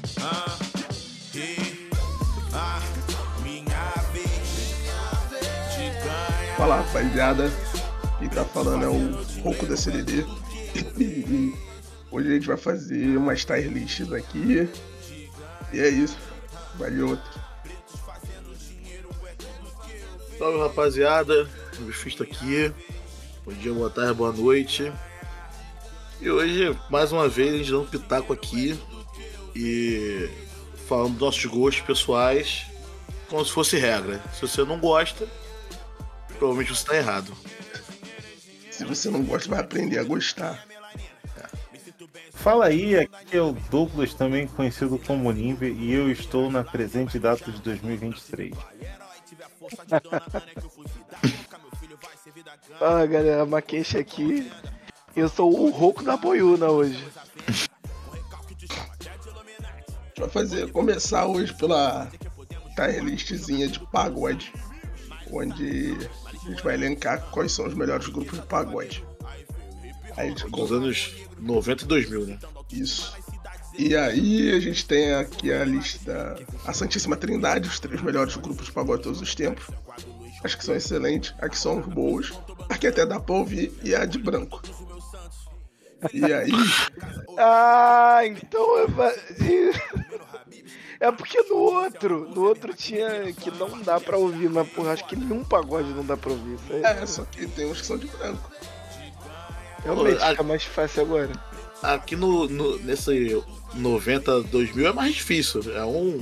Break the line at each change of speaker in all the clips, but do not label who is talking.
Fala, rapaziada. Quem tá falando é o Roku da CDD. E hoje a gente vai fazer umas tier lists aqui. E é isso. Valeu.
Salve, rapaziada. Bifisto aqui. Bom dia, boa tarde, boa noite. E hoje, mais uma vez, a gente dá um pitaco aqui e falando dos nossos gostos pessoais como se fosse regra. Se você não gosta, provavelmente você tá errado.
Se você não gosta, vai aprender a gostar.
Fala aí, aqui é o Douglas, também conhecido como Nimbe, e eu estou na presente data de 2023.
Fala galera, uma queixa aqui. Eu sou o Roku da Boiúna hoje.
A gente vai começar hoje pela tier listzinha de pagode, onde a gente vai elencar quais são os melhores grupos de pagode. Aí
Dos anos 90 e 2000, né?
Isso. E aí a gente tem aqui a lista, a Santíssima Trindade, os 3 melhores grupos de pagode de todos os tempos. Acho que são excelentes, aqui são os boas, aqui até dá pra ouvir, e a de branco. E aí...
Então é porque no outro tinha que não dá pra ouvir, mas porra, acho que nenhum pagode não dá pra ouvir.
Só que tem uns que são de branco.
Realmente fica mais fácil agora.
Aqui nesse 90, 2000 é mais difícil. É um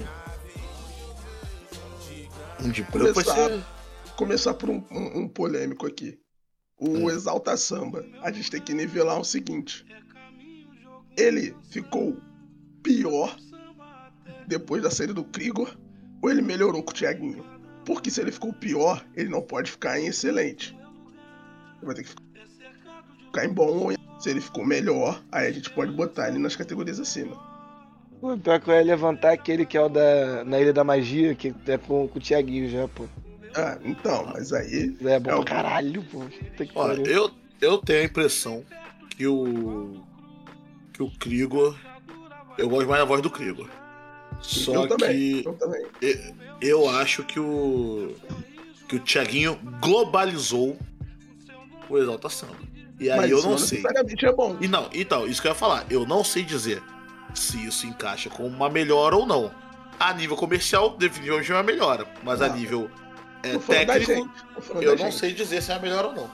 de branco vai ser...
Começar por um polêmico aqui. O Exalta Samba. A gente tem que nivelar o seguinte. Ele ficou pior depois da saída do Krigor ou ele melhorou com o Thiaguinho? Porque se ele ficou pior, ele não pode ficar em excelente. Ele vai ter que ficar em bom. Se ele ficou melhor, aí a gente pode botar ele nas categorias acima.
O pior que eu ia levantar aquele que é o na Ilha da Magia, que é com o Thiaguinho já, pô.
Então, mas aí...
É bom pra caralho, pô.
Olha, eu tenho a impressão que o Krigor... Eu gosto mais da voz do Krigor. Só que eu acho que o Thiaguinho globalizou o Exalta Samba. E aí eu não sei.
Necessariamente é bom.
Então, isso que eu ia falar. Eu não sei dizer se isso encaixa como uma melhora ou não. A nível comercial, definitivamente é uma melhora. Mas a nível técnico, eu não sei dizer se é a melhor ou não.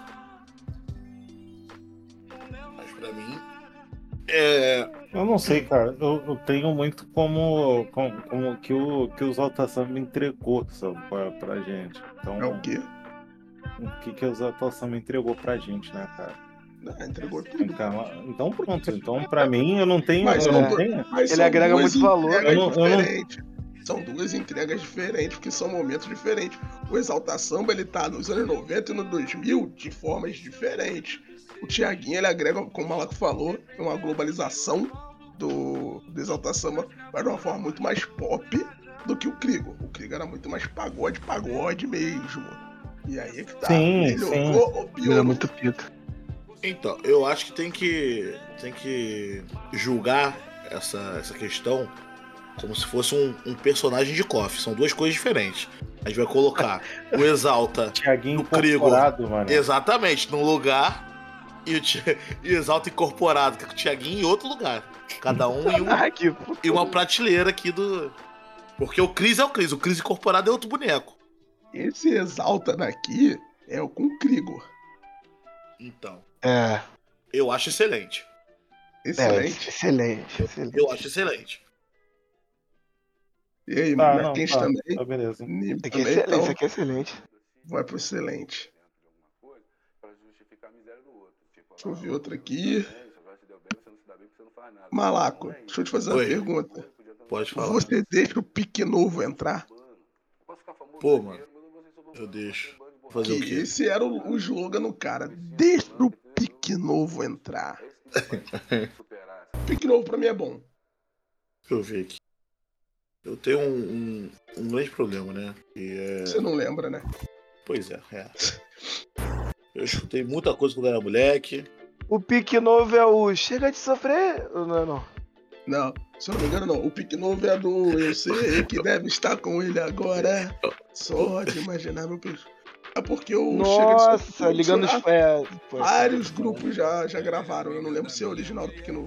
Mas pra mim
eu não sei, cara. Eu tenho muito como que o Exalta Samba entregou, sabe, pra gente. Então,
é o quê?
O que o Exalta Samba entregou pra gente, né, cara?
Entregou tudo.
Então pronto. Então pra mim eu não tenho.
Mas
ele agrega muito valor.
São 2 entregas diferentes, porque são momentos diferentes. O Exalta Samba, ele tá nos anos 90 e no 2000 de formas diferentes. O Thiaguinho, ele agrega, como o Malaco falou, uma globalização do Exalta Samba, mas de uma forma muito mais pop do que o Krigor. O Krigor era muito mais pagode mesmo. E aí é que tá. Melhorou ou piorou?
Era muito pica.
Então, eu acho que tem que julgar essa questão como se fosse um personagem de KOF. São 2 coisas diferentes. A gente vai colocar o Exalta no Krigor, mano. Exatamente, num lugar, e o Exalta incorporado, que é o Thiaguinho em outro lugar. Cada um em uma prateleira aqui do... Porque o Cris é o Cris incorporado é outro boneco.
Esse Exalta daqui é o com Krigor.
Então.
Eu
acho excelente.
Excelente.
Eu acho excelente.
E aí, Marquinhos também?
Tá, beleza.
Isso aqui é excelente.
Vai pro excelente. Deixa eu ver outra aqui. Malaco, deixa eu te fazer uma pergunta.
Pode falar.
Você deixa o pique novo entrar?
Pô, mano, eu deixo. Fazer o quê?
Esse era o slogan no cara. Deixa o pique novo entrar. Pique novo pra mim é bom.
Deixa eu ver aqui. Eu tenho um grande problema, né?
Você não lembra, né?
Pois é. Eu escutei muita coisa quando era moleque.
O pique novo é o chega de sofrer? Ou não é não?
Não. Se eu não me engano, não. O Pique Novo é do Eu Sei Que Deve Estar Com Ele Agora. Só de imaginar meu peixe. É porque o
Nossa, ligando os pés.
Vários grupos já gravaram. Eu não lembro se é original do Pique Novo.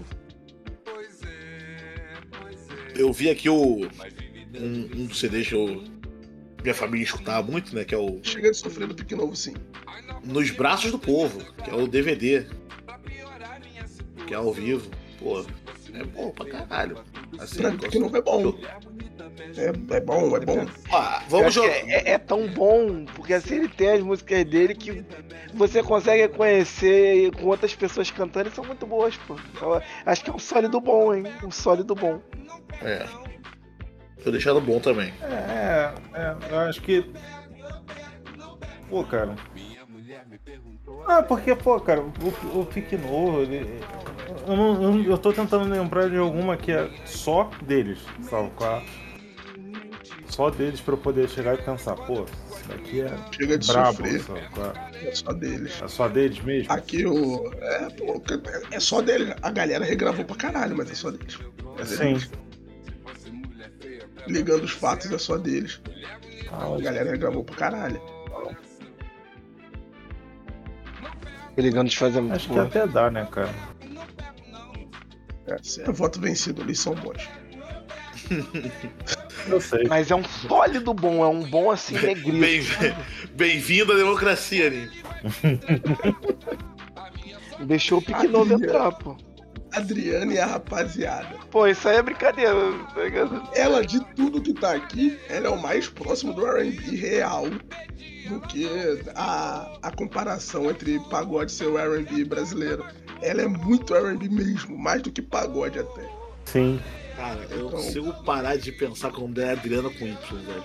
Eu vi aqui um dos CDs que minha família escutava muito, né? Que é o
Chega de Sofrer do Pique Novo, sim.
Nos Braços do Povo, que é o DVD. Que é ao vivo. Pô, é bom pra caralho. Assim,
Pra Pique Novo é bom. É bom, é bom.
Vamos jogar.
É tão bom, porque assim ele tem as músicas dele que você consegue conhecer com outras pessoas cantando e são muito boas, pô. Eu acho que é um sólido bom, hein? Um sólido bom.
É. Tô deixando bom também.
Eu acho que. Pô, cara. Porque, pô, cara, o Pique Novo, eu tô tentando lembrar de alguma que é só deles, sabe? Só deles pra eu poder chegar e pensar, pô, isso daqui é
Chega de
brabo,
Sofrer.
sabe?
É só deles.
É só deles mesmo?
Aqui é só deles. A galera regravou pra caralho, mas é só deles.
Sim.
Ligando os fatos é só deles. A galera regravou pra caralho.
Ligando os fazer muito
Acho que
boa.
até dá, né, cara?
É voto vencido, eles são bons.
Eu sei.
Mas é um sólido bom, é um bom assim negrito.
Bem-vindo à democracia, Nin.
Deixou o Pique Novo entrar, pô.
Adriana e a rapaziada.
Pô, isso aí é brincadeira, tá ligado?
Ela, de tudo que tá aqui, ela é o mais próximo do R&B real do que a comparação entre pagode e seu R&B brasileiro. Ela é muito R&B mesmo, mais do que pagode até.
Sim.
Cara, eu não consigo parar de pensar como é Adriana com Y, velho.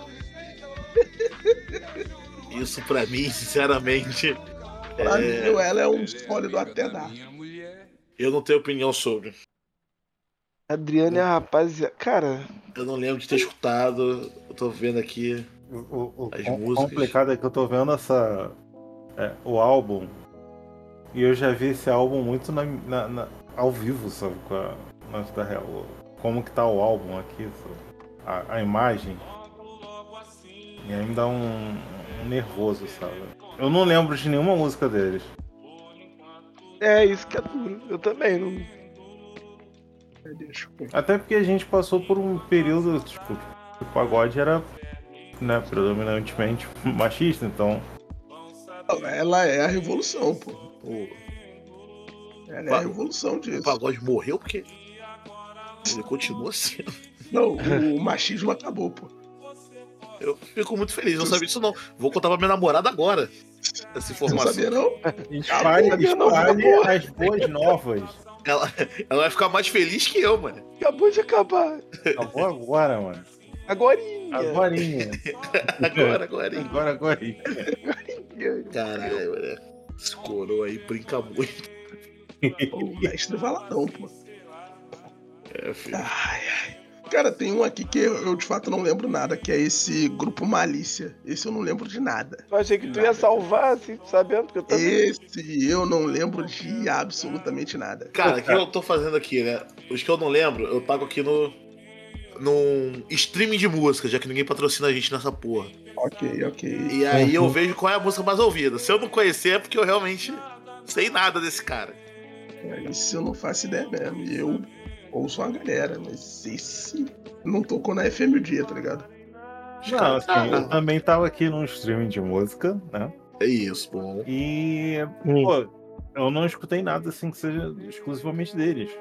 Isso pra mim, sinceramente.
Pra mim, ela é um sólido até dar.
Eu não tenho opinião sobre.
Adriana e a rapaziada. Cara.
Eu não lembro de ter escutado. Eu tô vendo aqui as músicas.
O complicado é que eu tô vendo o álbum e eu já vi esse álbum muito ao vivo, sabe? Da real. Como que tá o álbum aqui, sabe? A imagem. E aí me dá um nervoso, sabe? Eu não lembro de nenhuma música deles.
É isso que é duro. Eu também não.
Até porque a gente passou por um período, tipo, o pagode era, né, predominantemente machista, então.
Ela é a revolução, pô. Ela é a revolução disso.
O pagode morreu porque ele continua sendo.
Não, o machismo acabou, pô.
Eu fico muito feliz, eu não sabia disso não. Vou contar pra minha namorada agora essa informação.
Não sabia não?
Espalhe as boas novas.
Ela vai ficar mais feliz que eu, mano.
Acabou de acabar.
Acabou agora, mano.
Agorinha.
Agorinha. Agorinha.
Caralho, mano. Esse coroa aí brinca muito.
O mestre Valadão, pô.
Filho.
Ai. Cara, tem um aqui que eu de fato não lembro nada, que é esse Grupo Malícia. Esse eu não lembro de nada.
Eu achei que tu ia salvar, assim, sabendo que eu também.
Esse eu não lembro de absolutamente nada.
Cara, o que eu tô fazendo aqui, né? Os que eu não lembro, eu pago aqui num streaming de música, já que ninguém patrocina a gente nessa porra.
Ok.
E aí eu vejo qual é a música mais ouvida. Se eu não conhecer é porque eu realmente sei nada desse cara.
Isso eu não faço ideia mesmo. E eu ouço uma galera, mas esse não tocou na FM o dia, tá ligado?
Não, assim, eu também tava aqui num streaming de música, né?
É isso, bom.
E, pô, eu não escutei nada assim que seja exclusivamente deles.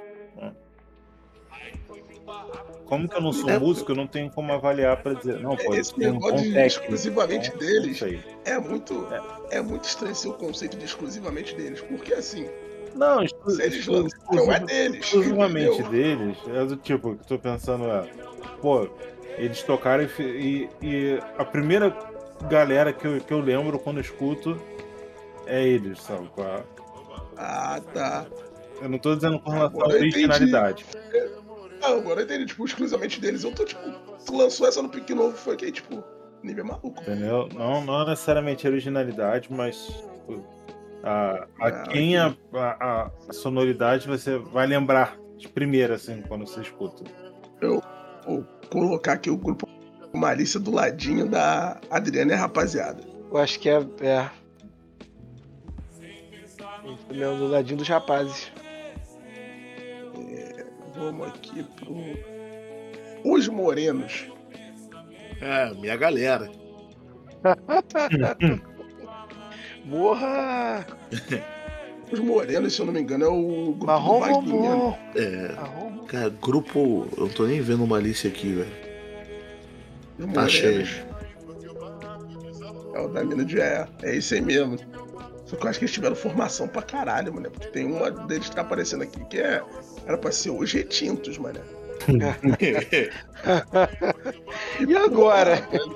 Como que eu não sou músico, eu não tenho como avaliar pra dizer, não, pô,
esse
tem um
negócio de
técnico,
exclusivamente deles
não
é muito estranho esse o conceito de exclusivamente deles, porque assim,
não,
se eles lançam, é deles.
exclusivamente
entendeu?
deles, é do tipo, que eu tô pensando pô, eles tocaram e a primeira galera que eu lembro quando eu escuto é eles, sabe?
Ah, tá.
Eu não tô dizendo com relação à
Agora eu
originalidade.
Agora eu entendi, tipo, exclusivamente deles. Eu tô, tipo, tu lançou essa no Pique Novo, foi que, tipo, nível maluco.
Entendeu? Não necessariamente a originalidade, mas tipo, a sonoridade você vai lembrar de primeira, assim, quando você escuta.
Eu vou colocar aqui o grupo Malícia do ladinho da Adriana e a rapaziada.
Eu acho que é. Isso mesmo, do ladinho dos rapazes.
Vamos aqui Os Morenos.
Minha galera.
Morra!
Os Morenos, se eu não me engano, é o grupo
Marrom
do Vaguinho.
bombom.
É. Cara, grupo. Eu não tô nem vendo uma lista aqui, velho.
Os
Tá cheio.
É o da mina de é esse aí mesmo. Só que eu acho que eles tiveram formação pra caralho, mano. Porque tem uma deles que tá aparecendo aqui que era pra ser os Retintos, mano.
E agora?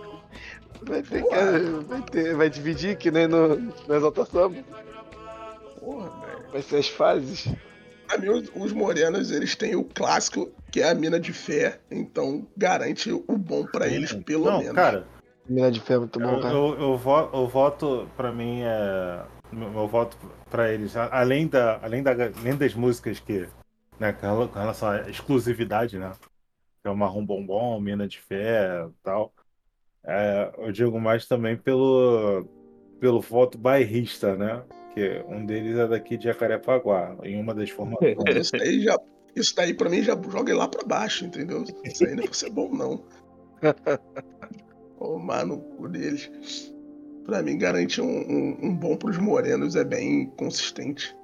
Porra,
Vai dividir que nem no Exalta Samba.
Porra, velho.
Vai ser as fases.
Pra mim, os Morenos, eles têm o clássico, que é a mina de fé. Então, garante o bom pra eles, pelo
Não,
menos.
cara,
Mina de fé é muito bom, cara.
eu voto, pra mim, meu voto pra eles, além das músicas que, né, com relação à exclusividade, né, que é o Marrom Bombom, Mina de Fé e tal, eu digo mais também pelo voto bairrista, né, que um deles é daqui de Jacarepaguá, em uma das formações.
Isso daí pra mim já joga ele lá pra baixo, entendeu? Isso aí não é pra ser bom, não. O mano deles. Pra mim, garante um bom pros Morenos, é bem consistente.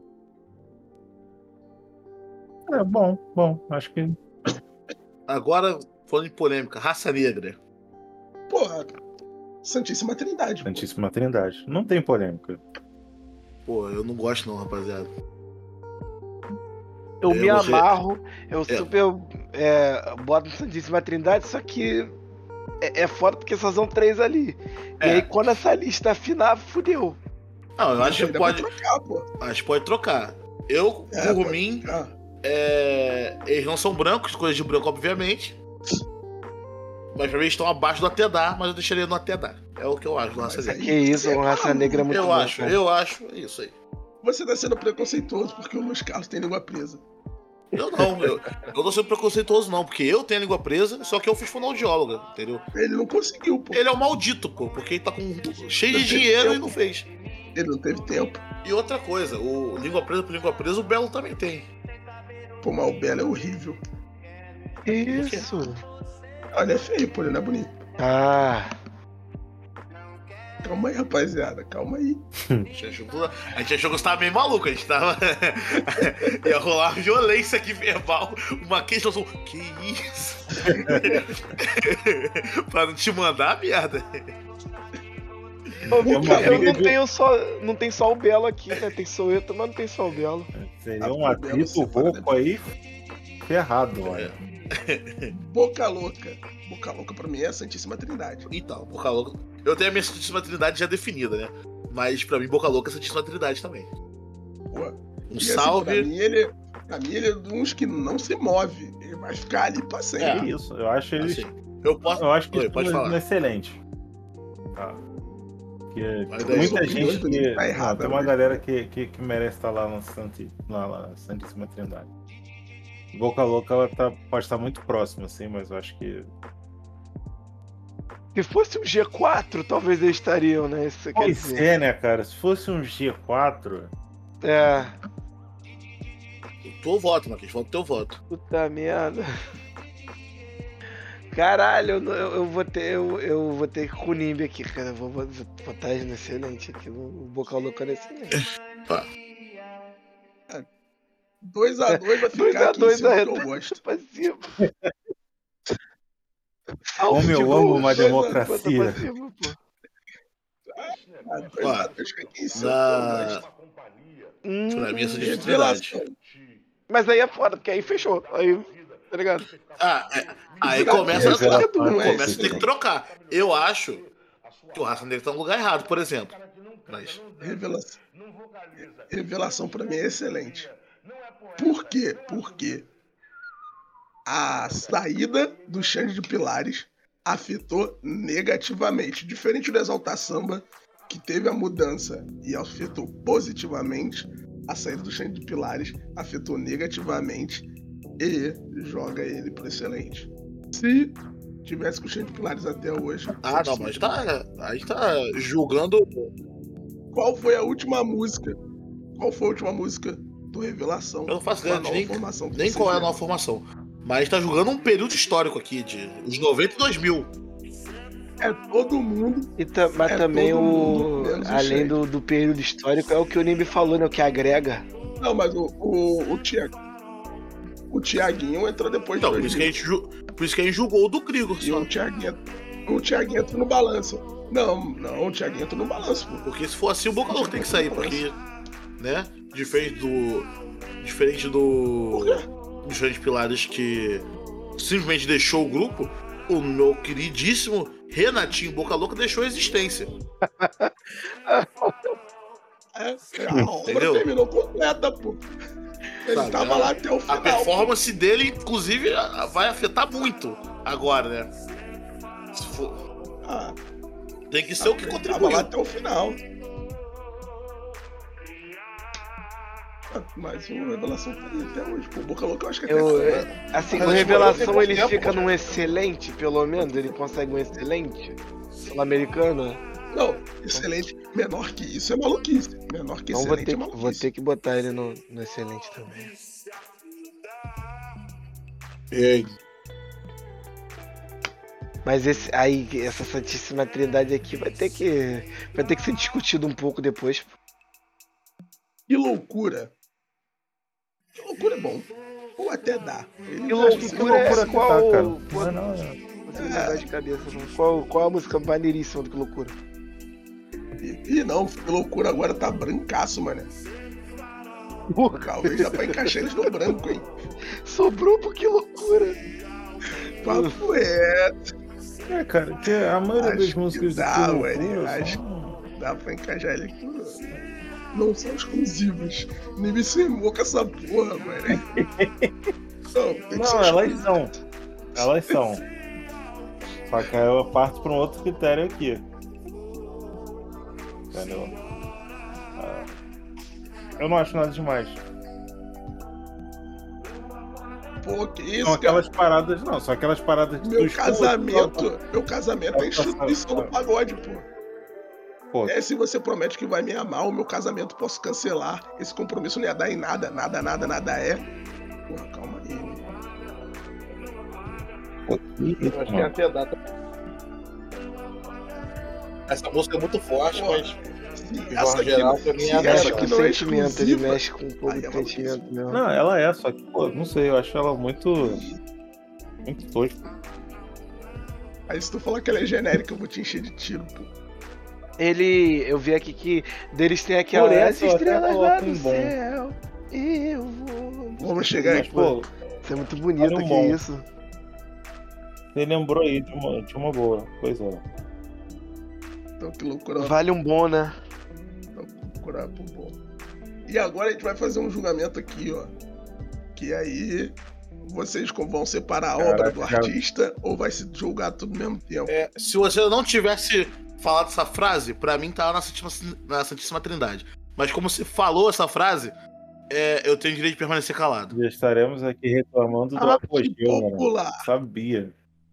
Bom, acho que...
Agora, falando em polêmica, raça negra.
Porra, Santíssima Trindade.
Santíssima Trindade. Não tem polêmica.
Pô, eu não gosto não, rapaziada.
Eu me
você-
amarro, eu super boto Santíssima Trindade, só que é foda porque só são 3 ali. E aí quando essa lista afinar, fudeu.
Não, eu acho que
Ainda
pode.
trocar, pô.
Acho que pode trocar. Eu, por
pode
mim,
trocar.
eles não são brancos, coisa de branco, obviamente. Mas pra mim eles estão abaixo do até dar, mas eu deixaria no até dar. É o que eu acho do raça
Mas
negra.
Que isso, uma raça negra é muito
Eu
bom,
acho,
cara.
eu acho. Isso aí.
Você tá sendo preconceituoso porque o Luiz Carlos tem língua presa.
Eu não, eu não tô sendo preconceituoso, não, porque eu tenho a língua presa, só que eu fiz fonoaudióloga, entendeu?
Ele não conseguiu, pô.
Ele é um maldito, pô, porque ele tá cheio de dinheiro e não fez.
Ele não teve tempo.
E outra coisa, o língua presa por língua presa, o Belo também tem.
Pô, mas o Belo é horrível.
Isso.
Olha, é feio, pô, ele não é bonito.
Ah,
Calma aí, rapaziada, calma aí.
A gente achou que você tava meio maluco, a gente tava. Ia rolar violência aqui verbal, uma questão. Que isso? Pra não te mandar merda.
Ô, Vitor,
uma
eu
briga
não tenho só. Não tem só o Belo aqui, né? Tem Soeto, mas não tem só o Belo.
Seria um
Ah,
atrito
Belo
rouco aí ferrado, olha.
Boca Louca. Boca Louca pra mim é a Santíssima Trindade.
Então, Boca Louca. Eu tenho a minha Santíssima Trindade já definida, né? Mas pra mim, Boca Louca é Santíssima Trindade também.
Pô.
Um
E assim,
salve.
pra mim ele é de uns que não se move. Ele vai ficar ali pra sempre.
É isso, eu acho eles.
Assim, eu posso.
Eu acho que
Oi, pode falar.
excelente. Tá. Que
Mas
tem
daí
muita
sua opinião
gente
do
que.
Nick tá errada,
tem uma
né?
galera que merece estar lá no na Santíssima Trindade. Boca Louca ela pode estar muito próxima, assim, mas eu acho que.
Se fosse um G4, talvez eles estariam, né? Isso quer
Pois
dizer.
é, né, cara? Se fosse um G4.
É.
Teu voto, Marquinhos, volta o teu voto.
Puta merda. Caralho, eu vou ter que ir com o Nimbi aqui, cara. Eu vou botar no excelente aqui. O Boca Louca é excelente.
2x2 vai ficar aqui em
2x2
cima que eu gosto.
pra cima.
Como eu amo uma democracia.
Pra cima, pô.
2x2 fica aqui em cima que eu gosto.
Pra mim, essa
Revelação.
dificuldade.
Mas aí é foda, porque aí fechou. Aí, tá ligado?
Aí começa a
Revelação.
começa a ter que trocar. Eu acho que o Raça Negra tá no lugar errado, por exemplo. Mas.
Revelação pra mim é excelente. Por quê? Porque a saída do Xande de Pilares afetou negativamente. Diferente do Exalta Samba, que teve a mudança e afetou positivamente, a saída do Xande de Pilares afetou negativamente e joga ele pro excelente. Se tivesse com os pilares até hoje.
Ah, não, mas a gente tá julgando.
Qual foi a última música? Qual foi a última música do Revelação?
Eu não faço
Com a
ideia de
nova
nem,
formação que
nem
vocês
qual é a
deram?
nova formação. Mas a gente tá julgando um período histórico aqui, de os 90 e 2000.
É todo mundo.
Mas também
todo mundo, menos o
além
Shaq.
do período histórico, é o que o Nimbi falou, né? O que agrega.
Não, mas o Thiaguinho entrou depois de
Então, por isso,
2000.
por isso que a gente julgou o do Krigor.
E o Thiaguinho entra no balanço. Não, o Thiaguinho entra no balanço, pô.
Porque se for assim, o Boca Louca tem que sair, porque, né? Diferente do. Diferente Pilares que simplesmente deixou o grupo, o meu queridíssimo Renatinho Boca Louca deixou a existência.
A obra
Entendeu?
terminou completa, pô. Ele
Sabe,
tava lá até o
A
final.
performance dele, inclusive, vai afetar muito agora, né? Se for,
Ah,
tem que ser o que
tava
contribuiu.
lá até o final. Mas o Revelação tá aí até hoje. Pô, Boca Louca eu acho que até
Assim,
Mas
o
esse
Revelação
Boca
ele
Louca
fica
tempo,
num excelente, pelo menos. Ele consegue um excelente. Sul-Americano.
Não, excelente. Menor que isso é maluquice. Menor que
Então
excelente é
vou
maluquice.
ter que botar ele no excelente também.
Ei,
Mas essa Santíssima Trindade aqui vai ter que ser discutido um pouco depois.
Que loucura. Que loucura é bom. Ou até dá. Ele
Que
acho que
loucura é
loucura que
qual...
tá, cara.
Pô,
Não,
não consigo lembrar de cabeça, não. Qual a música maneiríssima do Que Loucura?
Ih, não, que loucura agora tá brancaço, mano. Talvez dá pra encaixar eles no branco, hein?
Sobrou pro Que Loucura.
Papo é.
É, cara, que a maioria
Acho
das
que
músicas
dá,
do
ué,
Que Loucura
acho
são-
Dá pra encaixar ele com. Não são exclusivos. Nem me semou com essa porra, mano. Não, tem que
Não,
ser
elas
exclusivo.
são. Elas são. Só que aí eu parto pra um outro critério aqui. Entendeu? Ah, eu não acho nada demais.
Pô, que
São
isso, cara?
aquelas paradas. Não, são aquelas paradas que
Meu
tu escuta,
casamento é instituição do pagode, pô.
Pô,
É, se você promete que vai me amar, o meu casamento posso cancelar. Esse compromisso não ia dar em nada, nada é. Porra, calma aí.
eu acho que é até a data. Essa música é muito forte,
Pô,
mas
Se
de
essa
forma
aqui,
geral, pra mim
se
é a
essa
melhor.
aqui não é
sentimento, ele
exclusiva,
mexe com um pouco
aí
de
é
sentimento mesmo.
não, ela é, só que, pô, não sei, eu acho ela muito. Muito tosco.
aí se tu falar que ela é genérica, eu vou te encher de tiro, pô.
Eu vi aqui que deles tem aquela.
Por essa, eu até
estrelas
coloco
lá
um
do
bom.
céu, eu vou.
Vamos chegar aí,
Mas, pô,
Isso é muito bonito,
Olha um
que
bom.
isso.
você lembrou aí de uma boa. Pois é.
Então que loucura,
Vale um bom, né?
loucura, pô, bom. E agora a gente vai fazer um julgamento aqui, ó. Que aí vocês vão separar a obra do
Caraca,
artista ou vai se julgar tudo ao mesmo tempo?
É, se você não tivesse falado essa frase, pra mim tava na Santíssima Trindade. Mas como você falou essa frase, eu tenho direito de permanecer calado.
Já estaremos aqui reclamando do
Arte
apogeu, mano.
popular.
Sabia.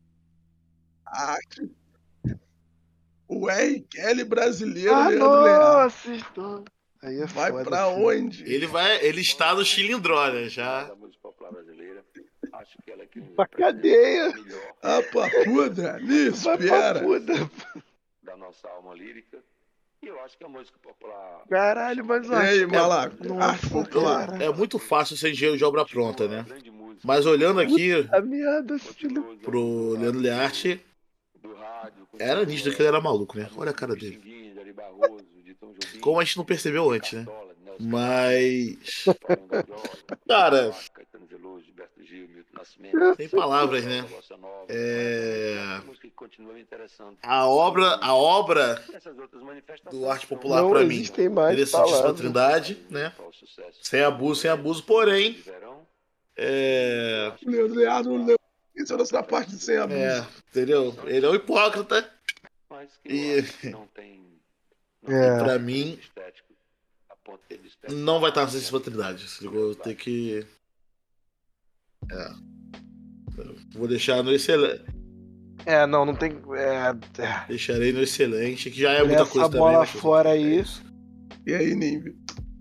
Arte. O R. Kelly brasileiro, Leandro Leal.
Nossa, estou. Aí é
Vai
foda,
pra
filho.
onde?
Ele está no Chilindró, né? Já.
Da música popular brasileira. Acho que ela é que
Pra cadeia.
melhor
A papuda, me
Vai pra
espera.
puta.
da nossa alma lírica. E eu acho que a música popular.
Caralho, mas
E aí, malaco?
não
Arte
é
popular.
popular.
É muito fácil ser engenheiro de obra pronta, né?
Grande música
Mas olhando aqui
A merda, filho.
pro Leandro Learte,
do rádio, com
era nítido que ele era maluco, né? Olha a cara dele.
Pixinguinha, de Ari Barroso, de Tom Jobim,
Como a gente não percebeu antes, né?
Cartola, de Nelson
Mas.
Barão da Viola,
Cara,
Caetano Veloso, Gilberto Gil, Milton Nascimento.
tem palavras, né?
Bossa Nova.
É.
Música que continua me interessando.
A obra
Essas outras manifestações
do arte popular
Não
pra mim
existem mais
teria Santíssima
palavras.
Trindade, né?
Qual o sucesso
Sem abuso, porém.
de verão?
O Leandro Leal não leu. Isso é a nossa parte de sem abuso.
Entendeu? Ele é um hipócrita.
Mas que
E-
eu acho que não tem
É.
Pra mim,
estético, a ponto de estético.
não vai estar na Santíssima Trindade. Se ligou? Tem que. Vou deixar no excelente.
Não tem.
Deixarei no excelente, que já é muita
Essa
coisa também.
bola
né,
fora aí.
E aí, Nimbi?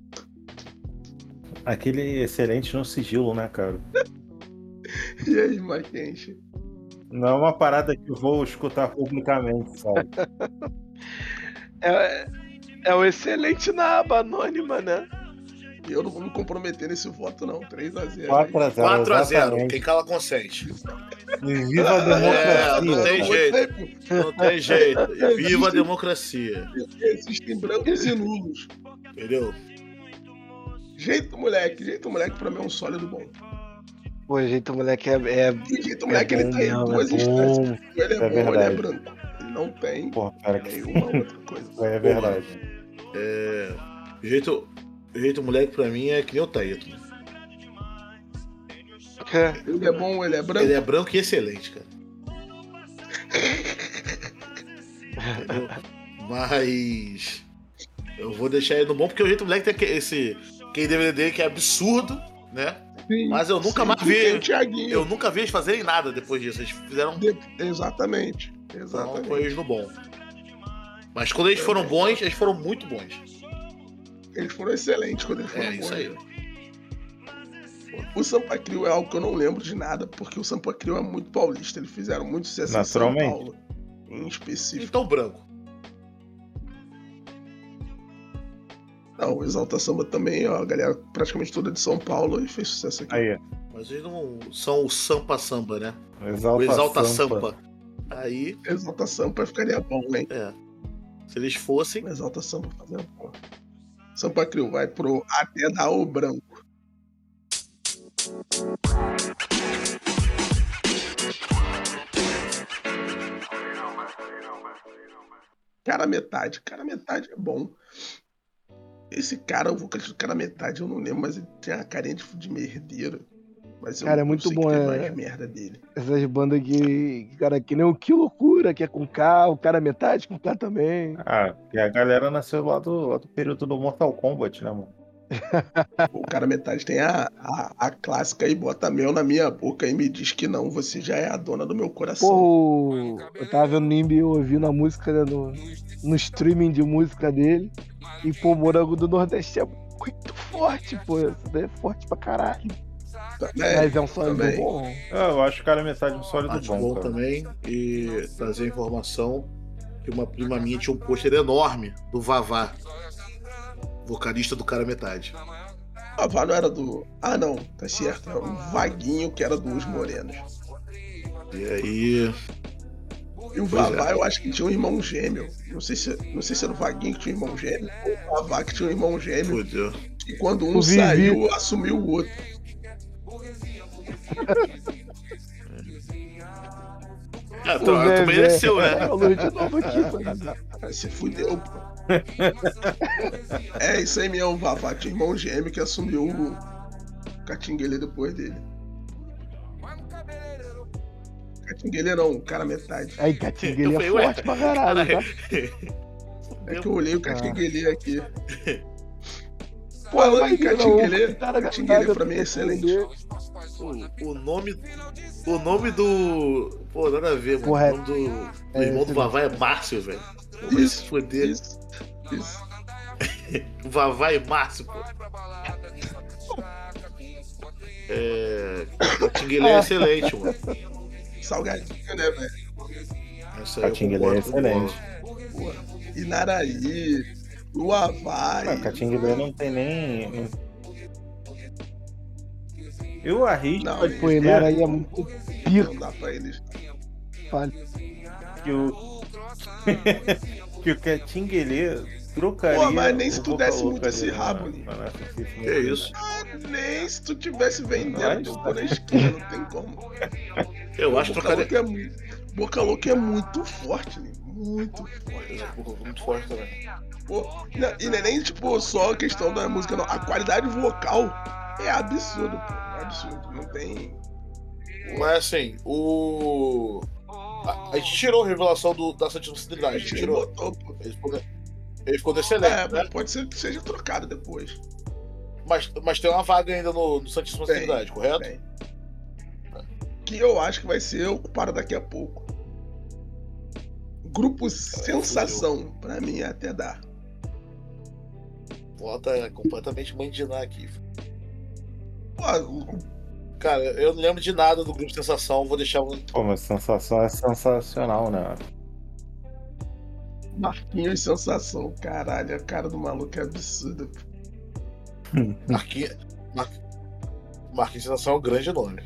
Aquele excelente no sigilo, né, cara?
E aí, Mackenzie?
Não é uma parada que eu vou escutar publicamente, sabe?
É o excelente na aba anônima, né?
Eu não vou me comprometer nesse voto, não. 3x0.
4x0.
4x0, quem cala consente.
E viva a democracia.
não tem
cara.
jeito. Não tem jeito. Viva a democracia.
Existem brancos e nulos.
Entendeu?
Jeito moleque pra mim é um sólido bom.
Pô, jeito moleque
E jeito moleque ele
bom
tem
mesmo,
duas
é
instâncias.
bom.
Ou ele é
É
bom ou ele é
verdade.
branco. Ele não tem
Porra, cara, que
nenhuma outra coisa.
é verdade.
Jeito moleque pra mim é que nem o Taíto.
Ele é bom ou ele é branco?
Ele é branco e excelente, cara. Entendeu? Mas eu vou deixar ele no bom porque o jeito moleque tem esse DVD dele que é absurdo, né?
Sim,
Mas eu nunca
sim,
mais
tem o
vi.
Thiaguinho.
Eu nunca vi eles fazerem nada depois disso. Eles fizeram
Exatamente.
então, foi eles no bom. Mas quando eles foram bons, eles foram muito bons.
Eles foram excelentes quando eles foram bons.
Isso aí.
O Sampa Crio é algo que eu não lembro de nada, porque o Sampa Crio é muito paulista. Eles fizeram muito sucesso em São
Naturalmente.
Paulo, em específico.
Então branco.
Não, o Exalta Samba também, ó, a galera praticamente toda de São Paulo e fez sucesso aqui.
Aí,
Mas eles não são o Sampa Samba, né?
Exalta,
O Exalta
Sampa.
Sampa. Aí,
Exalta Samba ficaria bom, hein?
se eles fossem.
O Exalta Samba fazendo bom. Sampa Crio vai pro Até Dar o Branco. Cara metade é bom. Esse cara, o vocalista do cara metade, eu não lembro, mas ele tem uma carinha de merdeiro. Mas eu
Cara, é
não
muito
sei
bom,
que tem
é.
mais merda dele.
Essas bandas cara, que nem o Que Loucura, que é com K, o cara metade com K também.
Ah, e a galera nasceu lá do período do Mortal Kombat, né, mano?
O cara metade tem a clássica e bota mel na minha boca e me diz que não, você já é a dona do meu coração.
Pô, eu tava vendo o Nimbi ouvindo a música, né, no streaming de música dele. E, pô, o Morango do Nordeste é muito forte, pô. Isso daí é forte pra caralho.
Também,
Mas é um sólido
também.
bom.
Eu acho o cara metade um sólido
Acho
bom,
bom
cara.
também. E trazer a informação que uma prima minha tinha um pôster enorme do Vavá, vocalista do cara metade.
A Vá não era do... Ah, não, tá certo. Era um Vaguinho que era dos Morenos.
E aí.
E o Vavá, eu acho que tinha um irmão gêmeo. Não sei se era o Vaguinho que tinha um irmão gêmeo, ou o Vavá que tinha um irmão gêmeo.
Fudeu.
E quando um
O Vivi.
saiu, assumiu o outro.
Tu
Zezé.
mereceu, né?
Falou de novo aqui, mano.
Aí você fudeu, pô. É isso aí mesmo, o Vavá tinha um irmão gêmeo que assumiu o Catinguele depois dele. Catinguele não, o cara metade.
Aí, Catinguele
Eu
é
falei, ué,
forte pra caralho, tá?
É que eu olhei o Catinguele aqui.
Pô,
Falando em
imagina,
Catinguele,
o cara
Catinguele
metade
pra mim é
do
excelente.
O nome do. Pô, nada a ver, mano.
Correto.
O nome do irmão do Vavá é Márcio, velho. Vai se foder.
Isso.
O Vavá e Márcio, pô. O Tinguelê é excelente, mano.
Salgadinho, né, velho?
Essa aí eu
Catinguele é
concordo com o
excelente.
Porra. Inaraí, o Havaí.
Catinguele não tem nem. Eu arrisco
Não,
a
Pô,
dizer
Inara aí é muito pico.
Não dá pra eles.
que o. que o Catinguele trocaria.
Pô, mas nem se
o
tu desse
Boca
muito
Louca
esse
dele
rabo,
na-
Nino.
na Narcisismo.
Que isso?
Nem se tu tivesse vendendo
Mas-
teu na esquina, não tem como.
Eu acho que
Boca
trocaria.
Louca é muito. Boca Louca é muito forte, né? Muito forte.
Muito forte também.
Pô, e não é nem tipo só a questão da música, não. A qualidade vocal é absurdo, pô. É absurdo. Não tem.
Mas assim, a gente tirou a revelação da Santíssima
A
Trinidade.
gente
Tirou.
botou, pô.
Ele ficou excelente,
É,
né?
mas pode ser que seja trocado depois.
Mas tem uma vaga ainda no Santíssima
Tem,
Trinidade, correto?
Tem. que eu acho que vai ser ocupado daqui a pouco. Grupo Sensação, pra mim até dá.
Bota completamente mandinar aqui.
Pô,
Cara, eu não lembro de nada do Grupo Sensação, vou deixar.
Pô, mas Sensação é sensacional, né?
Marquinhos Sensação, caralho, a cara do maluco é absurda.
Marquinhos Sensação é um grande nome.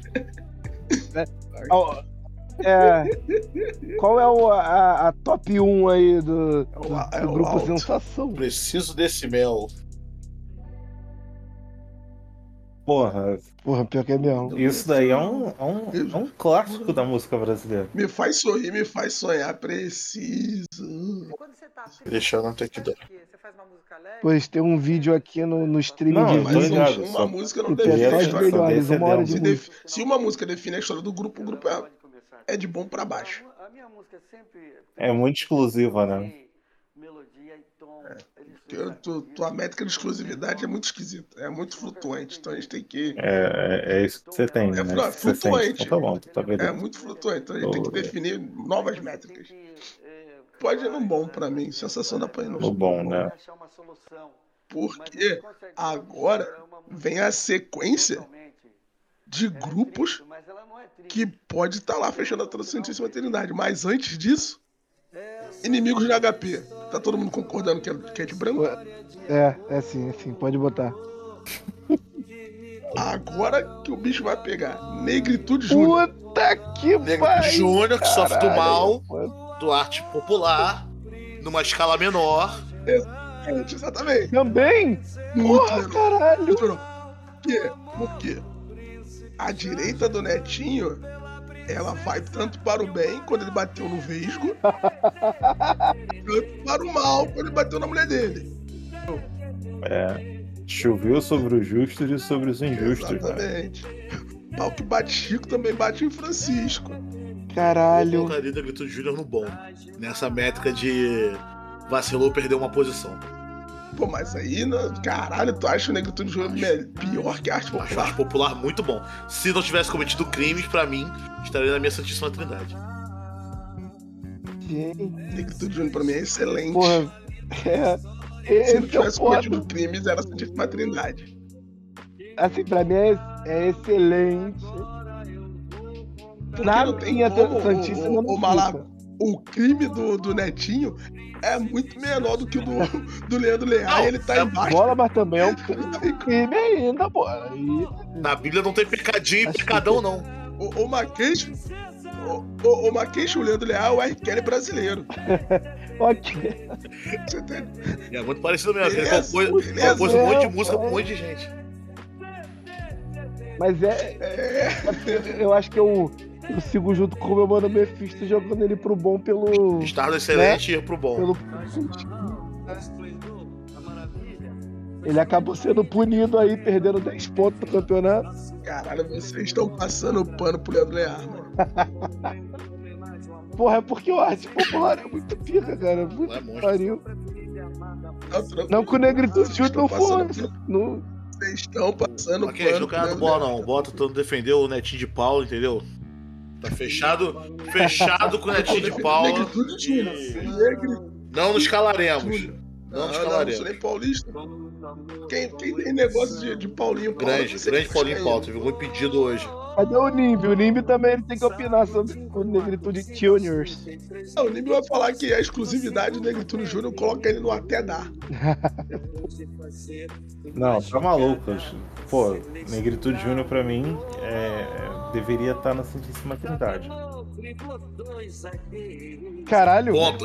Qual é a top 1 aí do
É o
Grupo
alto.
Sensação?
Preciso desse mel.
Porra,
Pior que é mesmo.
isso daí é um clássico da música brasileira.
Me faz sorrir, me faz sonhar, preciso.
Deixando até aqui.
Pois tem um vídeo aqui no stream
Não,
de
eu tô
Mas
ligado,
vídeos.
uma música não
Que tem
define a
só as
história do
melhores,
desse
uma hora
é
de
Se,
música.
se uma música define a história do grupo, o grupo é de bom pra baixo.
É muito exclusiva, né?
Tua métrica de exclusividade é muito esquisita, é muito flutuante, então a gente tem que.
É isso que você tem, né?
É
Isso que você sente.
flutuante.
Então tá bom, tá
É
beleza.
muito flutuante, então a gente tem que definir novas métricas. Pode ir no bom pra mim, sensação da Pai
No bom, né?
Porque agora vem a sequência de grupos que pode estar lá fechando a Santíssima Trindade. Mas antes disso, Inimigos de HP. Tá todo mundo concordando que é de branco?
É sim, pode botar.
Agora que o bicho vai pegar. Negritude Júnior.
Puta que
Negro
pariu!
Júnior, que sofre do mal,
mano.
do arte popular, numa escala menor.
Exatamente.
Também?
Muito
Porra,
menor.
caralho!
Muito menor. Por quê? A direita do Netinho, ela vai tanto para o bem, quando ele bateu no Vesgo, tanto para o mal, quando ele bateu na mulher dele.
Choveu sobre os justos e sobre os injustos, né?
Exatamente. Pau que bate Chico também bate em Francisco.
Eu
Caralho.
colocaria Negritude Júnior no bom. Nessa métrica de vacilou, perdeu uma posição.
Pô, mas aí, caralho, tu acha o Negritude Júnior pior que a arte
Acho
popular?
arte popular muito bom. Se não tivesse cometido crimes, pra mim, estaria na minha Santíssima Trindade.
Gente,
Negritude Júnior pra mim é excelente.
porra.
Se não
Esse é o
tivesse cometido
ponto.
crimes, era a Santíssima Trindade.
Assim, pra mim é excelente.
Porque
Na
não tem
minha
como,
Santíssima não
Malaco,
fica.
o crime do Netinho é muito menor do que o do Leandro Leal.
Não,
Ele tá
é
embaixo.
Bola, mas também é um crime ainda, pô. Aí,
Na Bíblia não tem pecadinho e
Acho
pecadão, não.
O Maqueixo, o Maqueixo, o Leandro Leal, é o R. Kelly brasileiro.
ok.
Você tem...
É muito parecido mesmo. Ele
Beleza,
compôs um monte de
beleza.
música com um monte de gente.
Mas eu acho que eu sigo junto com o meu mano Mephisto jogando ele pro bom pelo.
Estar do excelente e ir pro bom.
pelo... Ele acabou sendo punido aí, perdendo 10 pontos no campeonato.
Caralho, vocês estão passando o pano pro Leandro Leal, mano.
Porra, é porque o arte popular é muito pica, cara.
É
Puta que
monstro.
pariu.
Tranquilo.
Não que o Negritude
Vocês
Júnior não
estão passando
fosse.
pano-
Não...
Vocês estão passando
Mas quem
pano
não
pro
cara do
Leandro
bola,
Leal.
não. Bota todo defendeu o Netinho de Paula, entendeu? Tá fechado com o Netinho de Paula.
Negritude Júnior. Negri-
Não nos calaremos.
Júnior.
Não nos
Não sou
calaremos.
nem paulista. Quem tem negócio de Paulinho Paula,
Grande
você
Paulinho
busca
Paula.
ele.
Teve muito pedido hoje.
Cadê o Nimbi? O Nimbi também ele tem que opinar sobre o Negritude Juniors.
Não, o Nimbi vai falar que a exclusividade do Negritude Júnior coloca ele no até dá.
Não, tá maluco. Pô, Negritude Júnior pra mim deveria estar na Santíssima Trindade.
Caralho,
Ponto.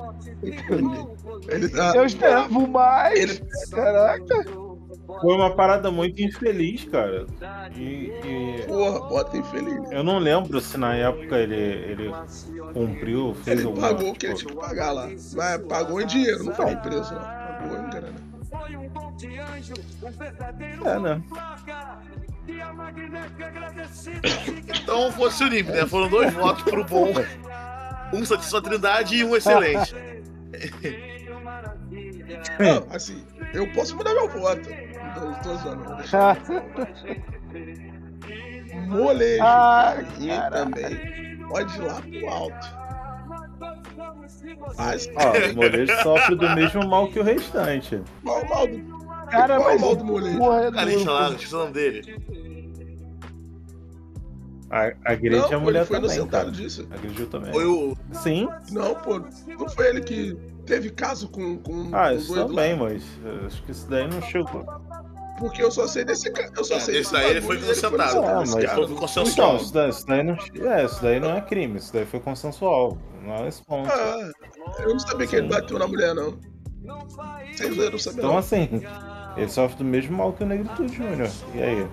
Ele tá.
eu esperava mais.
Ele-
Caraca.
Foi uma parada muito infeliz, cara. E
Porra, bota infeliz.
eu não lembro se na época ele cumpriu, fez
Ele
alguma
pagou o que ele tinha que pagar lá. Mas pagou em dinheiro, não foi em preço, não. Pagou em grana.
né?
Então fosse o Nimbi, né? Foram 2 votos pro bom. Um Santíssima Trindade e um excelente.
Não, assim, eu posso mudar meu voto. Não tô zoando, vou deixar. Molejo. Aí
caralho.
também pode ir lá pro alto. Mas,
Ó, o molejo sofre do mesmo mal que o restante.
qual o mal do,
Cara,
qual o
mas
mal do molejo?
porra, é
Carista lá,
duro,
esqueci o nome dele.
A Grid
Não,
é a
pô,
mulher
ele foi
também,
inocentado
cara.
disso.
A Grid também.
Foi o.
Sim.
Não, pô, não foi ele que teve caso com
Isso
o doido
também,
lá.
mas acho que isso daí não chegou.
Porque eu só sei desse cara. Eu só sei
Esse
desse
daí ele foi
bagulho e
inocentado.
mas
desse cara.
Foi consensual.
Então, isso daí não é crime, isso daí foi consensual. Não é esse ponto.
Ah, eu não sabia que ele
Sim.
bateu na mulher, não. Vocês não sabiam,
Então
não.
assim, ele sofre do mesmo mal que o Negritude Júnior. E aí?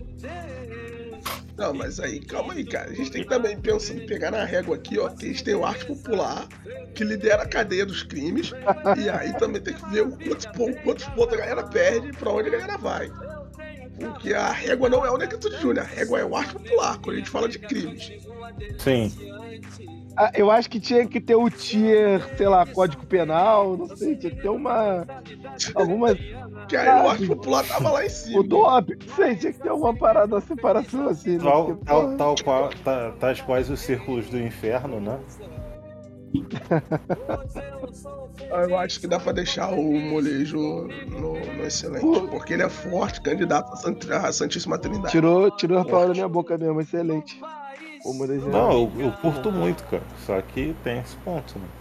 Não, mas aí, calma aí, cara. A gente tem que também pensar em pegar na régua aqui, ó, que a gente tem o arte popular, que lidera a cadeia dos crimes, e aí também tem que ver quantos pontos a galera perde, pra onde a galera vai. Porque a régua não é o Negritude Júnior, a régua é o arte popular, quando a gente fala de crimes.
Sim.
Eu acho que tinha que ter o tier, sei lá, Código Penal, não sei, tinha que ter alguma.
Que aí o arte popular tava lá em cima.
O DOP, não sei, tinha que ter alguma parada, uma separação assim. Né? Porque, porra,
Tal qual, tais quais os círculos do inferno, né?
Eu acho que dá pra deixar o molejo no excelente,
Pô.
porque ele é forte, candidato à Santíssima Trindade.
tirou a palavra da minha boca mesmo, excelente. O Moreira.
Não, eu curto muito, cara. Só que tem esse ponto, né?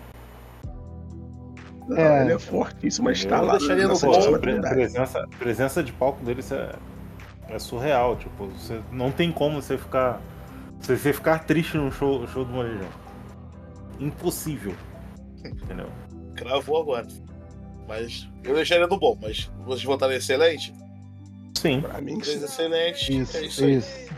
Não,
É.
ele é fortíssimo, mas tá
Eu
lá
deixaria
na
no
Santíssima
bom,
Trindade.
Presença de palco deles é surreal. Tipo, você não tem como você ficar triste num show do Molejão. Impossível. Entendeu?
Cravou agora. Mas eu deixaria no bom, mas vocês votaram excelente?
Sim.
Pra mim,
Três excelente. É isso aí.
Isso.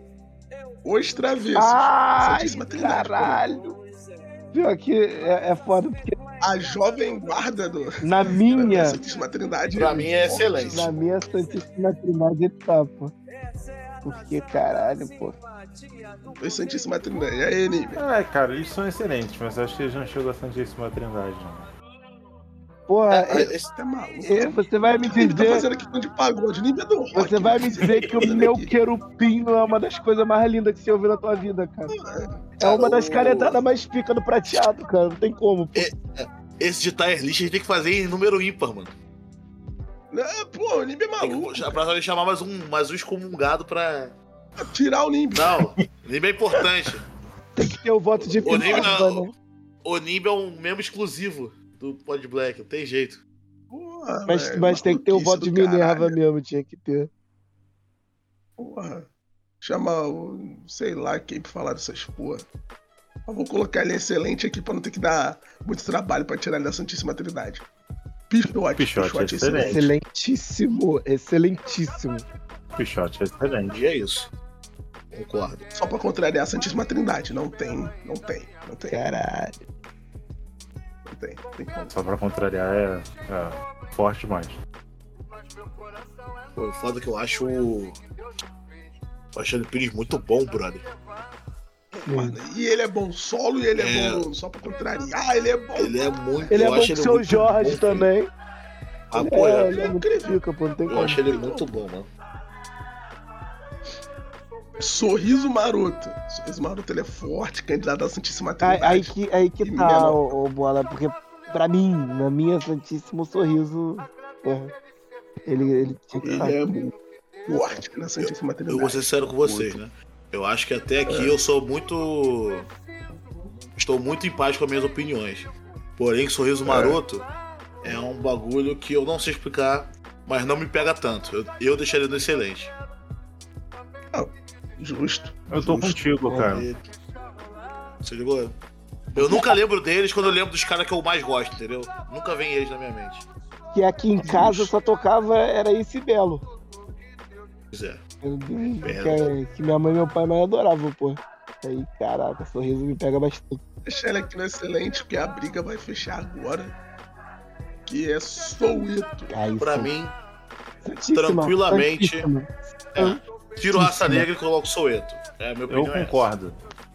os travessos.
Ai,
Santíssima Trindade.
caralho. Pior que é foda, porque
A jovem guarda
na
da
minha
Santíssima Trindade.
Pra mim é excelente.
Na minha Santíssima Trindade tá, pô. Porque, caralho, pô.
Foi Santíssima Trindade. E aí, Nime?
Cara, eles são excelentes, mas acho que eles não chegam à Santíssima Trindade, não.
Porra,
Esse tá maluco.
você vai me
Ele tá
dizer.
fazendo aqui com de pagode. Nime é do rock.
Você vai me dizer que o
Fazendo
meu
aqui.
querupim não é uma das coisas mais lindas que você ouviu na tua vida, cara. É uma das canetadas mais pica do prateado, cara. Não tem como, pô.
Esse de tier list a gente tem que fazer em número ímpar, mano.
Pô, o Nime é
Tem
maluco.
que, pra gente chamar mais um excomungado pra.
Tirar o Nime.
Não, Nimb é importante.
Tem que ter o voto de
O Nimb
Minerva,
não.
né?
O Nimb é um membro exclusivo do Pod Black, não tem jeito.
Porra,
Mas,
velho,
mas tem que ter o
maluquice
voto de
do
Minerva
caralho.
mesmo, tinha que ter.
Porra. Chama o. Sei lá quem pra falar dessas porra. Eu vou colocar ele excelente aqui pra não ter que dar muito trabalho pra tirar ele da Santíssima Trindade. Pichote
excelente.
Excelentíssimo, excelentíssimo.
Pichote é excelente.
E é isso. Concordo.
Só pra contrariar a Santíssima Trindade. Não tem.
Caralho.
Não tem como.
Só pra contrariar é forte demais.
Pô, foda que eu acho o Alexandre Pires muito bom, brother.
Mano, e ele é bom solo e ele é bom só pra contrariar. Ele é bom.
Ele é muito.
Ele é
eu
bom
acho
com o
ele
seu
muito
Jorge
bom,
também.
Apoia.
Ele é muito pica, pô, não tem
Eu
como.
acho ele muito bom, mano.
Sorriso Maroto. Sorriso Maroto, ele é forte, candidato à Santíssima Trindade.
Aí que
E
tá,
menor.
ô Bola, porque pra mim, na minha Santíssimo Sorriso, porra, ele tinha que estar.
Ele é muito forte na Santíssima
Eu
Trindade.
vou ser sincero com vocês, né? Eu acho que até aqui eu sou muito. Estou muito em paz com as minhas opiniões. Porém, Sorriso Maroto é um bagulho que eu não sei explicar, mas não me pega tanto. Eu deixaria no excelente.
Justo.
Eu tô
justo.
contigo, cara.
Você ligou? Eu nunca lembro deles quando eu lembro dos caras que eu mais gosto, entendeu? Nunca vem eles na minha mente.
Que aqui em casa só tocava, era esse Belo.
Pois é.
Que minha mãe e meu pai mais adoravam, pô. Aí, caraca, Sorriso me pega bastante.
Deixa ele aqui no excelente, porque a briga vai fechar agora. Que é Souito.
Aí,
Pra
sim.
mim,
Santíssima,
tranquilamente,
Santíssima.
tiro Raça Negra e coloco Soweto. É a minha opinião.
Eu concordo.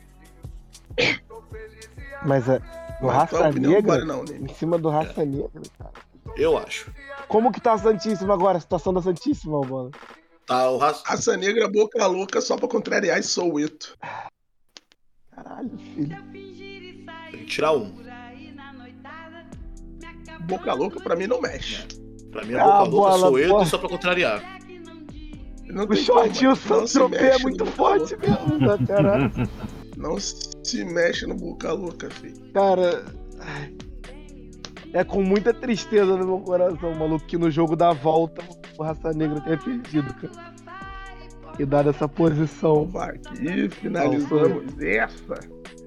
Mas o
Mas
Raça
tua opinião
Negra,
vale não, né?
em cima do Raça Negra, cara.
Eu acho.
Como que tá a Santíssima agora? A situação da Santíssima, mano?
Tá, o
Raça Negra, Boca Louca, só pra contrariar e Soweto.
Caralho, filho.
Tem que tirar um.
Boca Louca pra mim não mexe.
Pra mim é Boca Louca,
bola,
Soweto
bola.
e só pra contrariar.
Não
O
tem
shortinho
como, não se
Saint-Tropez é
mexe
muito
no Boca
forte
Louca.
mesmo, né, caralho.
Não se mexe no Boca Louca, filho.
Cara, é com muita tristeza no meu coração, maluco, que no jogo da volta o Raça Negra tenha perdido, cara. E dado essa posição.
Vai aqui, finalizamos essa.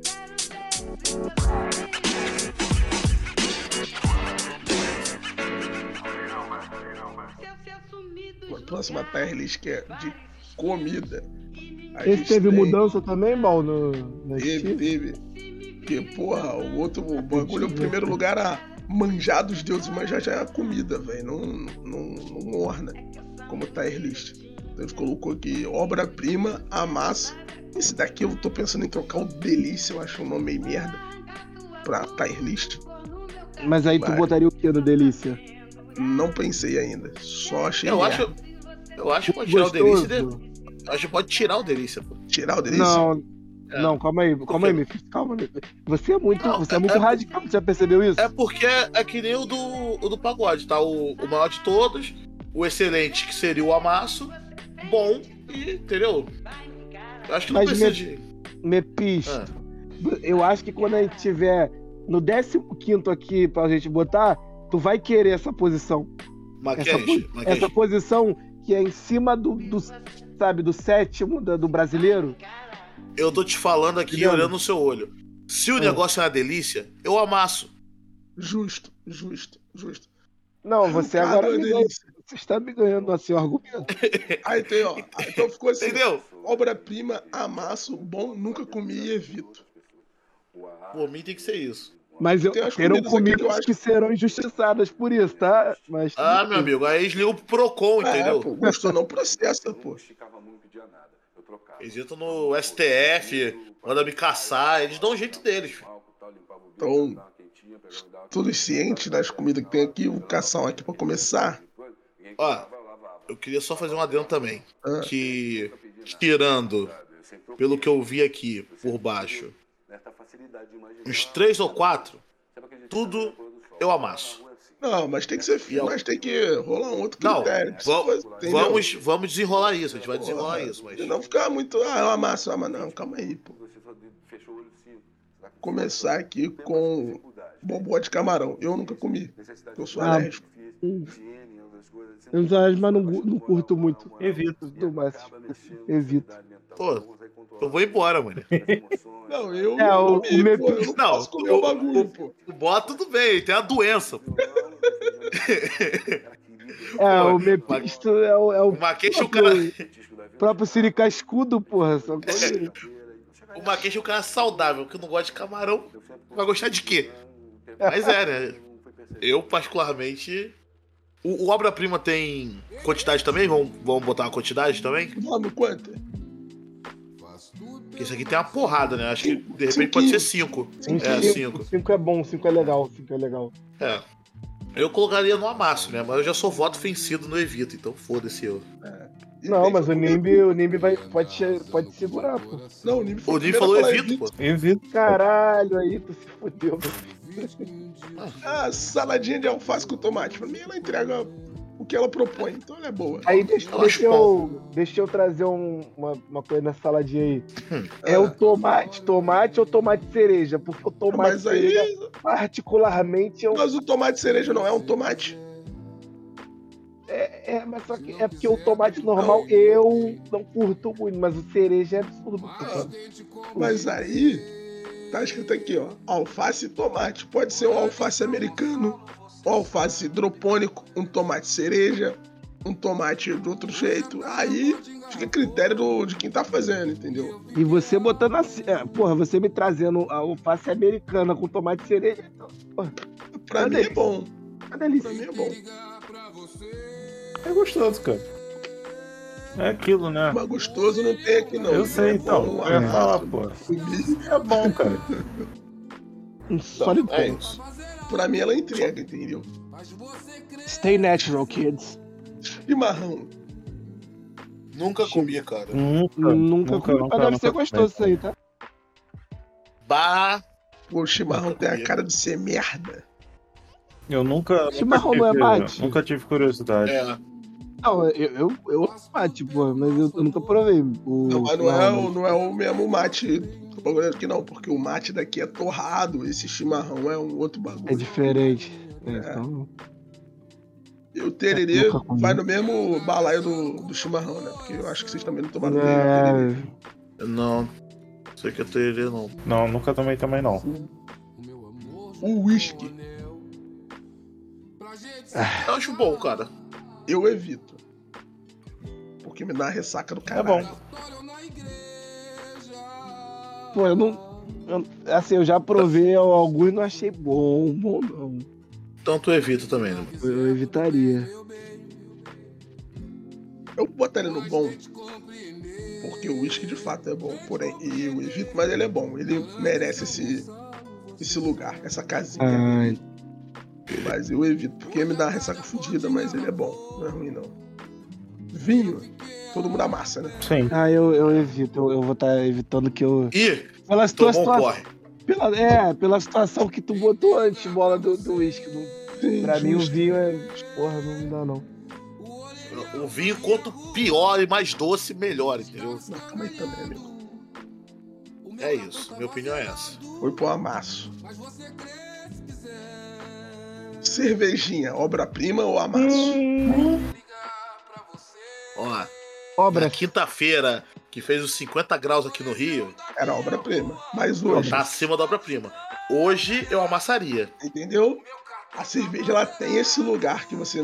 A próxima tier list que é de comida. A
Esse
gente
teve
tem-
mudança também, Mal, no Steam?
Teve. Porque, porra, o outro bagulho, o primeiro lugar era manjar dos deuses, manjar já é a comida, velho. Não orna como tier list. Então ele colocou aqui obra-prima, a massa. Esse daqui eu tô pensando em trocar o Delícia, eu acho um nome meio merda. Pra tier list.
Mas aí tu
Vai.
botaria o que no Delícia?
Não pensei ainda. Só achei
Eu
merda.
acho que pode tirar o Delícia.
Gostoso.
Acho que pode tirar o Delícia, pô.
Tirar o Delícia?
Não, calma aí, Mephisto, calma. Você é muito,
Não,
você é muito radical, você já percebeu isso?
É porque é que nem o do pagode, tá? O maior de todos, o excelente, que seria o amasso, bom, e, entendeu? Eu acho que não
Mas
precisa de...
Mephisto, eu acho que quando a gente tiver no 15º aqui pra gente botar, tu vai querer essa posição. Essa posição que é em cima do sabe, do sétimo do brasileiro.
Eu tô te falando aqui,
Entendeu?
olhando no seu olho. Se o negócio é uma delícia, eu amasso.
Justo.
Não, você
Cara,
agora
é
me ganha.
delícia.
Você está me ganhando assim o argumento.
Aí tem, ó. Então ficou assim.
Entendeu?
Obra-prima, amasso, bom, nunca comi e evito.
Por mim tem que ser isso.
Mas
Tem umas
terão
comidas aqui que eu
comidas
acho-
que serão injustiçadas por isso, tá? Mas
Ah, meu amigo, aí eles ligam pro Procon, entendeu?
Pô, gostou não processa, pô.
Eles entram no STF, mandam me caçar, eles dão um jeito deles. Filho.
Então, todos cientes das comidas que tem aqui, vou caçar um aqui pra começar.
Ó, eu queria só fazer um adendo também.
Ah.
Que, tirando, pelo que eu vi aqui por baixo, uns 3 ou 4, tudo eu amasso.
Não, mas tem que ser filho, mas tem que rolar um outro
Não,
critério. Entendeu?
vamos desenrolar isso, a gente vai desenrolar isso, mas...
E não ficar muito, eu amasso, mas não, calma aí, pô. Começar aqui com bobó de camarão. Eu nunca comi, eu sou alérgico.
eu já mas não curto muito.
Evito.
Mas evito.
Pô, eu vou embora, mano.
Não, eu
O
não comi,
meu-
pô, eu não posso comer o bagulho, pô.
O bó tudo bem, tem a doença. Pô.
O Mephisto é o
O Maqueixo é o cara...
próprio Siri Cascudo, porra. Só pode...
O Maqueixo é um cara saudável, que não gosta de camarão. Vai gostar de quê? Mas né? Eu, particularmente... O obra-prima tem quantidade também? Vamos botar uma quantidade também?
Vamos, quanto?
Porque isso aqui tem uma porrada, né? Acho que de repente pode ser 5. É, 5.
5 é bom, 5 é legal, 5 é legal.
É. Eu colocaria no amasso, né? Mas eu já sou voto vencido no evito, então foda-se eu.
E
Não,
tem
mas
que
o
comer,
Nimbi pode segurar, pô.
Não, o Nimbi
O Nim
primeiro a
falou
falar
evito, pô.
Evito.
Caralho, aí tu se fodeu, meu.
Ah, saladinha de alface com tomate. Pra mim ela entrega o que ela propõe, então ela é boa.
Aí
Eu acho
deixa eu trazer uma coisa nessa saladinha aí. É o tomate ou tomate cereja? Porque o tomate
Mas aí.
cereja, particularmente,
Mas o tomate cereja não é um tomate?
mas só que é porque o tomate normal eu não curto muito, mas o cereja é absurdo.
Mas aí. Tá escrito aqui, ó. Alface e tomate. Pode ser um alface americano, um alface hidropônico, um tomate cereja, um tomate de outro jeito. Aí fica a critério de quem tá fazendo, entendeu?
E você botando assim, você me trazendo a alface americana com tomate cereja, então, porra,
Pra mim é bom.
uma delícia.
Pra mim é bom.
É gostoso, cara. É aquilo, né?
Mas gostoso não tem aqui, não.
Eu sei,
É
então.
bom,
Eu ia falar, pô. É bom, cara.
Um sólido
É
ponto.
isso.
Pra mim ela entrega, entendeu?
Stay natural, kids.
Chimarrão.
Nunca comi, cara.
Nunca comi, mas deve ser gostoso isso aí, tá?
Bah!
O chimarrão tem a cara de ser merda.
Eu nunca.
Chimarrão não é mate?
Nunca tive curiosidade.
Não, eu amo mate, pô, mas eu nunca provei.
Não, mas não é o mesmo mate aqui não, porque o mate daqui é torrado, esse chimarrão é um outro bagulho.
É diferente. Então...
E o tererê vai no mesmo balaio do chimarrão, né? Porque eu acho que vocês também não tomaram tererê.
Não sei que é tererê, não.
Não, nunca tomei também, não.
O whisky.
Eu acho bom, cara.
Eu evito. Porque me dá a ressaca do caralho.
É bom.
Pô, eu já provei alguns e não achei bom não.
Então tu evita também, né?
Eu evitaria.
Eu botaria no bom, porque o uísque de fato é bom, porém, e eu evito, mas ele é bom. Ele merece esse lugar, essa casinha. Mas eu evito, porque me dá uma ressaca fodida, mas ele é bom, não é ruim não. Vinho, todo mundo amassa, né?
Sim.
Eu evito, eu vou estar evitando que eu...
Pela situação, corre.
Pela situação que tu botou antes, bola do uísque. Pra mim o vinho é... Porra, não dá não.
O vinho, quanto pior e mais doce, melhor, entendeu?
Não, calma aí também, amigo.
É isso, minha opinião é essa.
Foi pro amasso. Cervejinha, obra-prima ou amasso?
Ó, na quinta-feira, que fez os 50 graus aqui no Rio...
Era obra-prima, mas hoje...
Tá acima da obra-prima. Hoje eu amassaria.
Entendeu? A cerveja, ela tem esse lugar que você...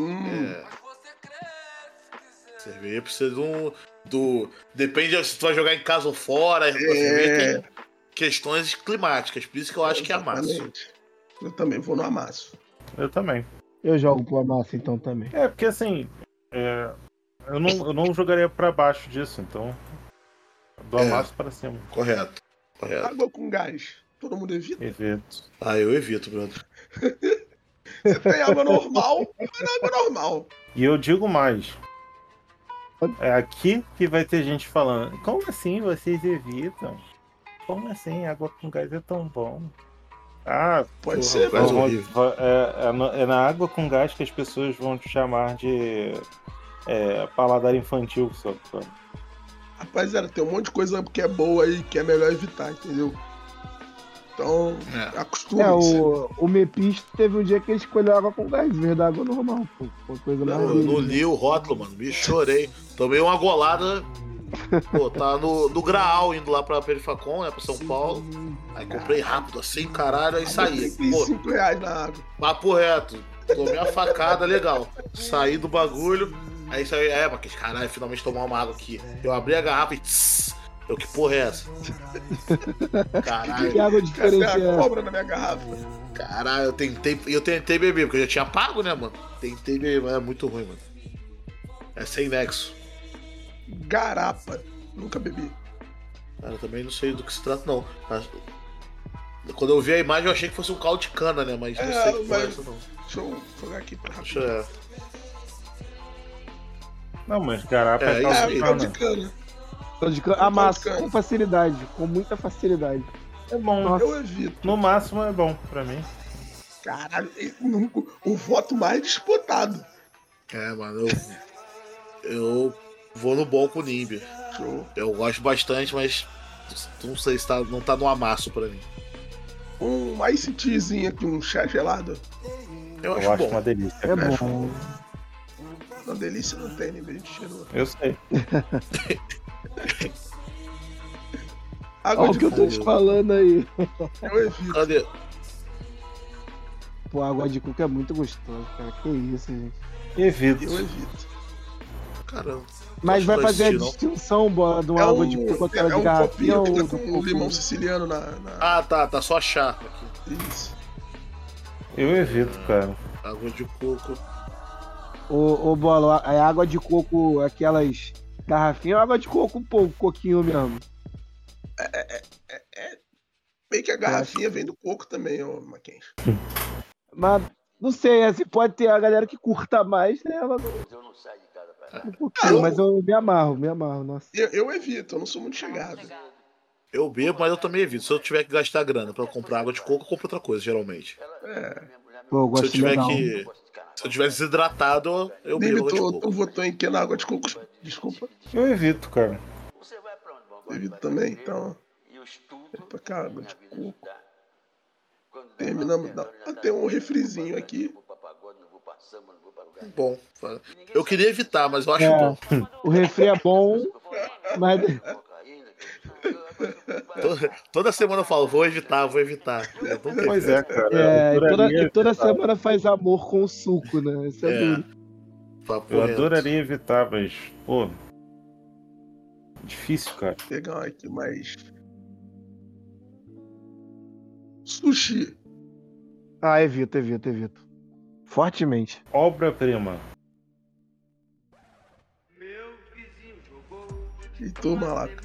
Cerveja precisa depende se tu vai jogar em casa ou fora. A cerveja tem questões climáticas, por isso que eu acho que é amasso.
Eu também vou no amasso.
Eu também.
Eu jogo pro amasso então também.
É, porque assim... Eu não jogaria pra baixo disso, então... Do amasso pra cima.
Correto.
Água com gás. Todo mundo evita?
Evito.
Eu evito, brother.
Você tem água normal, mas não é água normal.
E eu digo mais. É aqui que vai ter gente falando, como assim vocês evitam? Como assim? Água com gás é tão bom?
Pode ser,
mas
é na água com gás que as pessoas vão te chamar de paladar infantil, sabe?
Rapaziada, tem um monte de coisa que é boa aí que é melhor evitar, entendeu? Então, acostume-se.
O Mepisto teve um dia que ele escolheu água com gás, em vez da água normal. Uma coisa mais
eu não li o rótulo, mano. Me chorei. Tomei uma golada. Pô, tá no Graal, indo lá pra Perifacon, né? Pra São Paulo. Aí comprei rápido, assim, caralho, aí saí.
R$5 na água.
Papo reto. Tomei uma facada legal. Saí do bagulho. Aí saí, mas caralho, finalmente tomar uma água aqui. Eu abri a garrafa e... Eu, que porra é essa? Caralho.
Que água diferente
é? Cobra na minha garrafa.
Caralho, eu tentei beber, porque eu já tinha pago, né, mano? Tentei beber, mas é muito ruim, mano. É sem nexo.
Garapa. Nunca bebi.
Cara, eu também não sei do que se trata, não. Mas, quando eu vi a imagem, eu achei que fosse um caldo de cana, né? Mas não sei o que foi essa, não.
Deixa eu jogar aqui pra rápido.
Não, mas garapa é caldo de cana.
Amassa com facilidade, com muita facilidade.
É bom.
Nossa. Eu evito.
No máximo é bom pra mim.
Caralho, o voto mais disputado.
Mano, eu vou no bom com o Nimbi. Eu gosto bastante, mas não sei se não tá no amasso pra mim.
Um ice teazinho aqui, um chá gelado.
Eu acho bom.
Uma delícia.
É bom.
Uma delícia não tem, Nimbi, a gente cheirou.
Eu sei.
Água
Olha o que eu tô te falando aí.
Eu evito.
Cadê?
Pô, água de coco é muito gostoso, cara. Que isso, gente.
Evito.
Eu evito.
Caramba.
Mas vai fazer a distinção, bola, de uma água de coco aquela de garrafinha ou
do com limão siciliano na...
Tá só chá aqui.
Isso.
Eu evito, cara.
Água de coco.
Ô, bola, a água de coco, aquelas garrafinhas, água de coco, pô, coquinho mesmo.
Meio que a garrafinha vem do coco também, ô Mackenzie.
Mas, não sei, assim, pode ter a galera que curta mais, né?
Eu não saio de casa pra
Um pouquinho, mas eu me amarro, nossa.
Eu evito, eu não sou muito chegado.
Eu bebo, mas eu também evito. Se eu tiver que gastar grana pra comprar água de coco, eu compro outra coisa, geralmente.
Pô, eu gosto
se eu tiver
legal.
Se eu tiver desidratado, eu bebo água de coco.
Tu votou em que na água de coco? Desculpa.
Eu evito, cara.
Eu evito também, então. Pra cá, água de coco. Terminamos. Tem um refrizinho aqui.
Bom. Eu queria evitar, mas eu acho bom.
O refri é bom, mas...
Toda semana eu falo, vou evitar.
Pois é, cara.
Toda semana faz amor com o suco, né? Isso é duro.
Eu adoraria evitar, mas, pô... Difícil, cara.
Vou pegar aqui mais... Sushi.
Evito. Fortemente.
Obra-prima.
E tu, Malaco?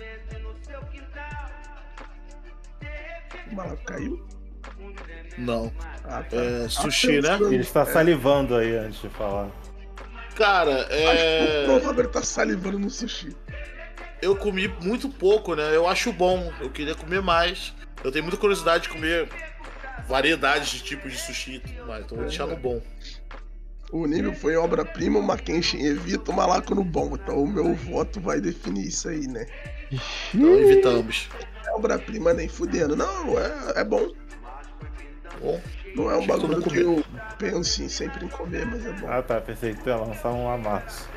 O Malaco caiu?
Não.
Tá.
Sushi, né?
Ele está salivando aí antes de falar.
Cara,
O Robert tá salivando no sushi.
Eu comi muito pouco, né? Eu acho bom. Eu queria comer mais. Eu tenho muita curiosidade de comer variedades de tipos de sushi e tudo mais. Então vou deixar no bom.
O nível foi obra-prima, o Mackenzie evita, o Malaco no bom. Então o meu voto vai definir isso aí, né?
Então evitamos.
É obra-prima nem fudendo. Não, é bom.
Bom.
Não é um bagulho que eu penso sempre em comer, mas é bom.
Ah tá, pensei que tu ia lançar um amasso.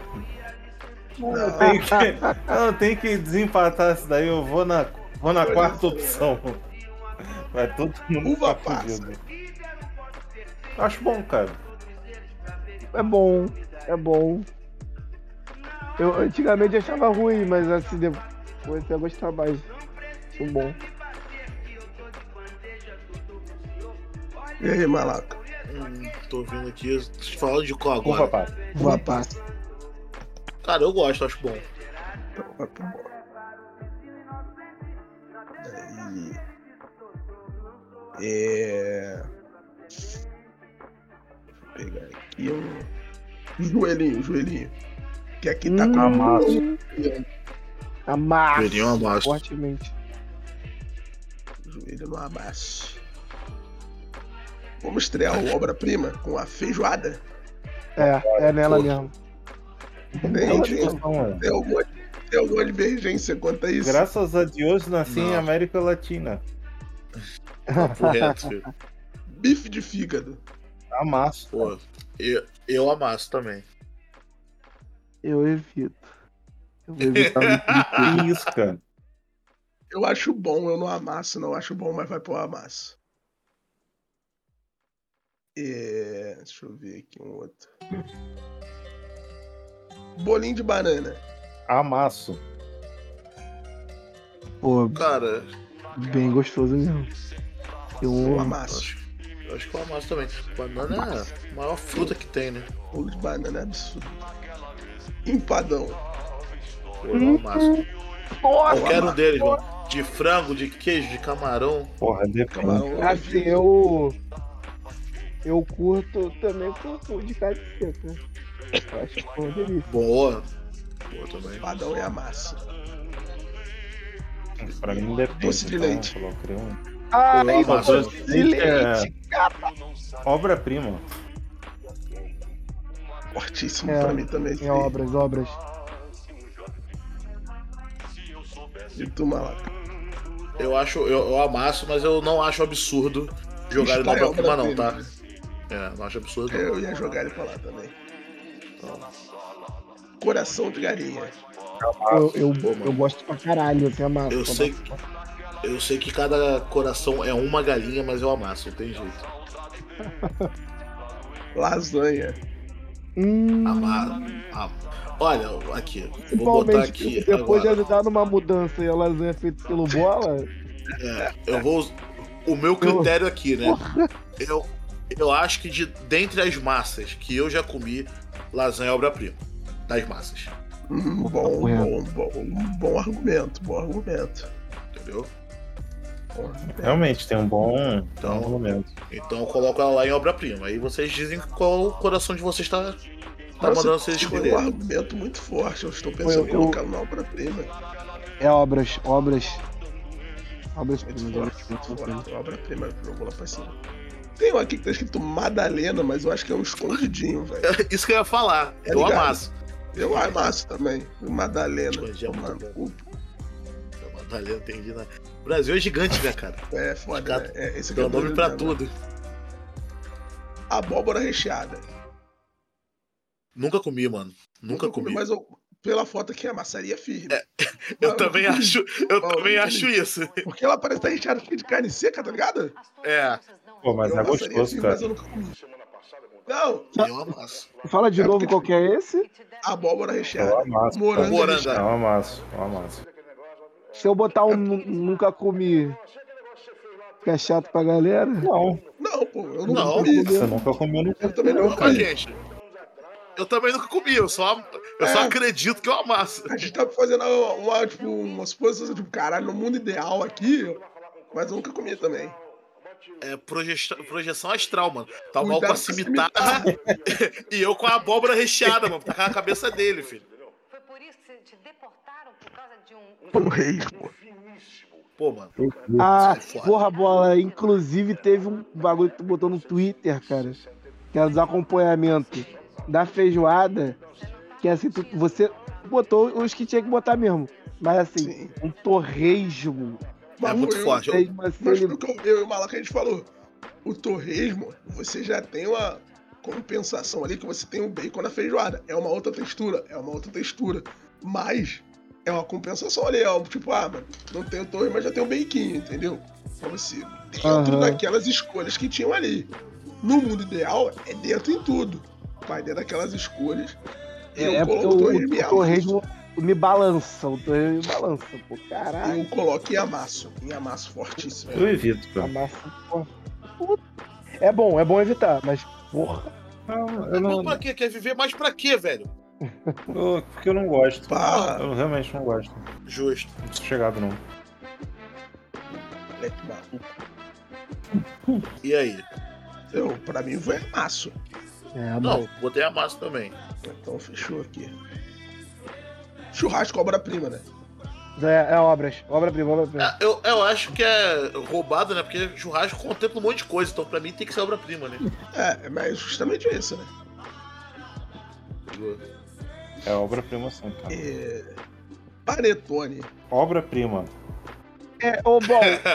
Eu tenho que desempatar isso daí, eu vou na quarta opção. Vai todo mundo
Uva
ficar
passa.
fudido. Acho bom, cara.
É bom. Eu antigamente achava ruim, mas assim, depois eu gostar mais. Acho bom.
E aí, Malaco?
Tô vendo aqui, falando de qual agora?
Uva passa.
Cara, eu gosto, acho bom.
Então vai pro bom. Vou pegar aqui um joelhinho. Que aqui tá com
amasso.
Amasso.
Joelhinho amasso.
Fortemente.
Joelho no amasso. Vamos estrear o obra-prima com a feijoada.
É nela mesmo.
Tem alguma divergência quanto a isso?
Graças a Deus nasci em América Latina.
Correto, filho.
Bife de fígado.
Amasso.
Pô, eu amasso também.
Eu evito. Eu vou evitar
Que isso, cara?
Eu acho bom, eu não amasso, não acho bom, mas vai pro amasso. Deixa eu ver aqui um outro. Bolinho de banana.
Amasso.
Pô,
Cara,
bem gostoso mesmo.
Eu amasso.
eu acho que eu amasso também. Banana é a maior fruta que tem, né?
Bolo de banana é absurdo. Empadão.
Pô, eu amasso.
Nossa,
Qualquer um deles, mano. De frango, de queijo, de camarão.
Porra, depende.
Camarão.
assim, eu curto também com de carne seca. Eu acho que foi uma delícia.
Boa também.
Empadão é amasso.
Pra mim depende.
Doce de leite.
Coloquei um.
Ai,
amasso.
doce de leite.
Obra-prima.
Fortíssimo pra mim também.
Em obras.
E tu, Malaco?
Eu amasso, mas eu não acho absurdo jogar ele na obra-prima não, tá? Não acho absurdo.
Eu ia jogar ele pra lá também. Coração de galinha.
Eu gosto pra caralho, eu amasso.
Eu sei que cada coração é uma galinha, mas eu amasso, não tem jeito.
Lasanha.
Olha, aqui. Vou botar aqui.
Depois
agora.
de ajudar numa mudança e a lasanha feita pelo Bola.
Eu vou. O meu critério aqui, né? Eu acho que dentre as massas que eu já comi, lasanha é obra-prima. Das massas.
Bom argumento.
Entendeu?
Realmente, tem um bom argumento.
Então eu coloco ela lá em obra-prima. Aí vocês dizem qual o coração de vocês tá tá mandando vocês
Tem
escolher.
um argumento muito forte. Eu estou pensando em colocar na obra-prima.
É obras.
Obra-prima, jogou lá pra cima. Tem um aqui que tá escrito Madalena, mas eu acho que é um escondidinho, velho.
Isso que eu ia falar. Eu amasso.
Eu amasso também. Madalena.
Madalena, entendi. Né? O Brasil é gigante, né, cara?
É, foda. Né? Esse aqui
é o nome pra tudo.
Abóbora recheada.
Nunca comi, mano. Nunca comi.
Mas pela foto aqui, a massaria firme.
Eu também acho isso.
Porque ela parece estar recheada de carne seca, tá ligado?
É.
Pô, mas é gostoso, cara.
Mas eu nunca comi. Não.
Eu amasso.
Fala de novo qual que é esse?
Abóbora recheada.
Eu amasso.
Moranga.
Eu amasso.
Se eu botar um nunca comi, fica chato pra galera?
Não,
pô, eu nunca comi.
Você nunca comeu no
Eu também nunca comi.
Eu também nunca comi, eu só acredito que eu amasso.
A gente tá fazendo uma suposição, tipo, caralho, no mundo ideal aqui, mas eu nunca comi também.
É projeção astral, mano. Tá o mal com a cimitarra e eu com a abóbora recheada, mano. Tá na cabeça dele, filho.
Foi por isso que te deportaram por causa de um...
Pô, mano.
Porra, Bola. Inclusive teve um bagulho que tu botou no Twitter, cara. Que era dos acompanhamentos da feijoada. Que assim, você botou os que tinha que botar mesmo. Mas assim,
Sim.
Um torresmo.
É muito forte.
Mas pelo que eu e o Malaca a gente falou, o torresmo, você já tem uma compensação ali, que você tem o bacon na feijoada. É uma outra textura. Mas é uma compensação ali, tipo, mano, não tem o torresmo, mas já tem o bacon, entendeu? Então você, dentro daquelas escolhas que tinham ali. No mundo ideal, é dentro em tudo. Vai dentro daquelas escolhas. Eu coloco o torresmo
me balança, pô, caralho.
Eu coloco em amasso fortíssimo.
Eu evito, cara.
Amasso, pô. É bom evitar, mas porra.
Não, pra quê? Quer viver mais pra quê, velho?
Porque eu não gosto.
Pá.
Eu realmente não gosto.
Justo.
Não sou chegado, não.
Moleque maluco.
E aí?
Pra mim foi amasso.
Não, botei amasso também.
Então fechou aqui. Churrasco, obra-prima, né?
É obra-prima.
Eu acho que é roubado, né? Porque churrasco contempla um monte de coisa, então pra mim tem que ser obra-prima, né?
Mas justamente isso, né?
É obra-prima sim, cara.
Panetone.
Obra-prima.
Bom.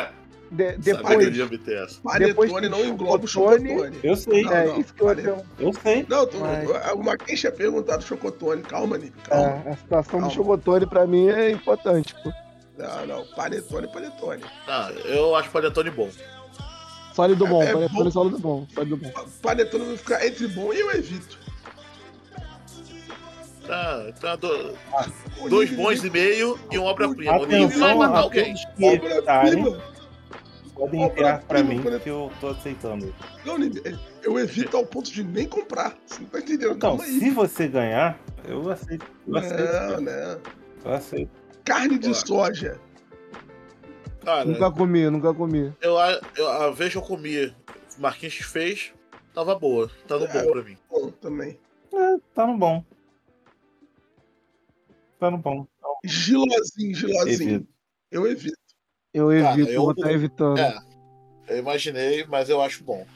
Depois. Panetone não engloba o chocotone.
Eu sei.
Isso que
eu sei.
Não, o Marquinhos tinha perguntado chocotone. Calma, Nick. Calma.
A situação do chocotone pra mim é importante, pô.
Não. Panetone.
Eu acho panetone bom.
Sólido bom, panetone sólido bom.
Panetone vai ficar entre bom e eu evito.
Tá, dois bons e meio e um obra-prima. O nível vai matar alguém.
Podem enviar pra mim que eu tô aceitando.
Não, eu evito ao ponto de nem comprar. Você não tá entendendo?
Então, se você ganhar, eu aceito.
Não.
Eu aceito.
Carne de soja.
Cara,
nunca comi.
A vez que eu comi, o Marquinhos fez, tava boa. Tá no bom pra mim.
Bom também.
Tá no bom.
Gilozinho. Eu evito.
Eu evito, eu vou estar evitando.
Eu imaginei, mas eu acho bom.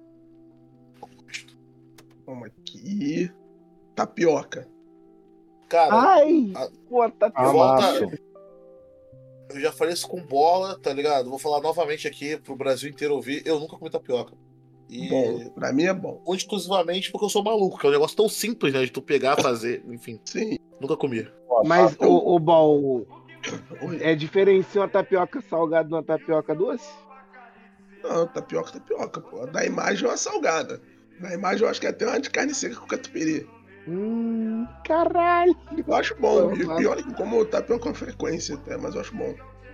Vamos aqui. Tapioca.
Cara,
tapioca.
Eu já falei isso com Bola, tá ligado? Vou falar novamente aqui pro Brasil inteiro ouvir. Eu nunca comi tapioca.
Bom, pra mim é bom.
Exclusivamente porque eu sou maluco, que é um negócio tão simples, né? De tu pegar, fazer, enfim.
Sim.
Nunca comi.
Mas, o Bal, é diferenciar uma tapioca salgada de uma tapioca doce?
Não, tapioca, pô. Da imagem é uma salgada. Na imagem eu acho que é até uma de carne seca com catupiry.
Caralho.
Eu acho bom. E pior é que como tapioca com frequência até, mas eu acho bom.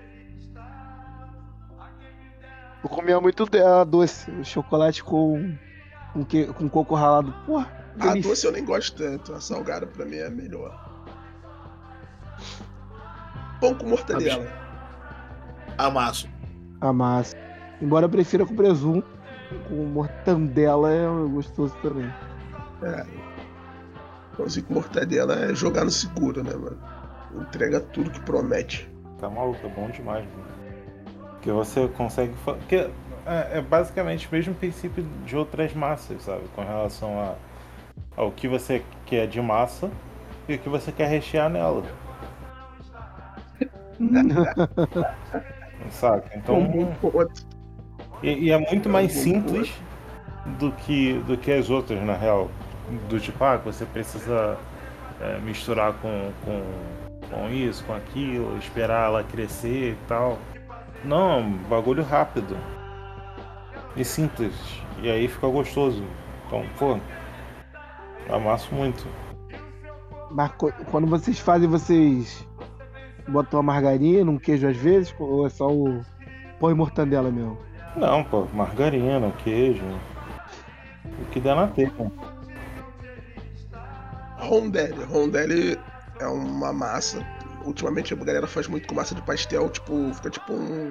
Eu comia muito doce, chocolate com coco ralado. Porra,
a doce eu nem gosto tanto, a salgada pra mim é melhor. Pão com mortadela.
Amasso.
Embora eu prefira com presunto, com mortandela é gostoso também.
Pãozinho com mortadela é jogar no seguro, né, mano? Entrega tudo que promete.
Tá maluco, é bom demais, mano. Porque você consegue... Porque é basicamente o mesmo princípio de outras massas, sabe? Com relação ao que você quer de massa e o que você quer rechear nela. Saca? Então... E é muito mais simples do que as outras, na real. Do tipo, você precisa misturar com isso, com aquilo, esperar ela crescer e tal. Não, bagulho rápido e simples. E aí fica gostoso. Então, pô, amasso muito.
Mas quando vocês fazem, vocês botam a margarina, um queijo às vezes? Ou é só o pão e mortadela mesmo?
Não, pô, margarina, queijo. O que der na telha.
Rondelli é uma massa. Ultimamente a galera faz muito com massa de pastel, tipo, fica tipo um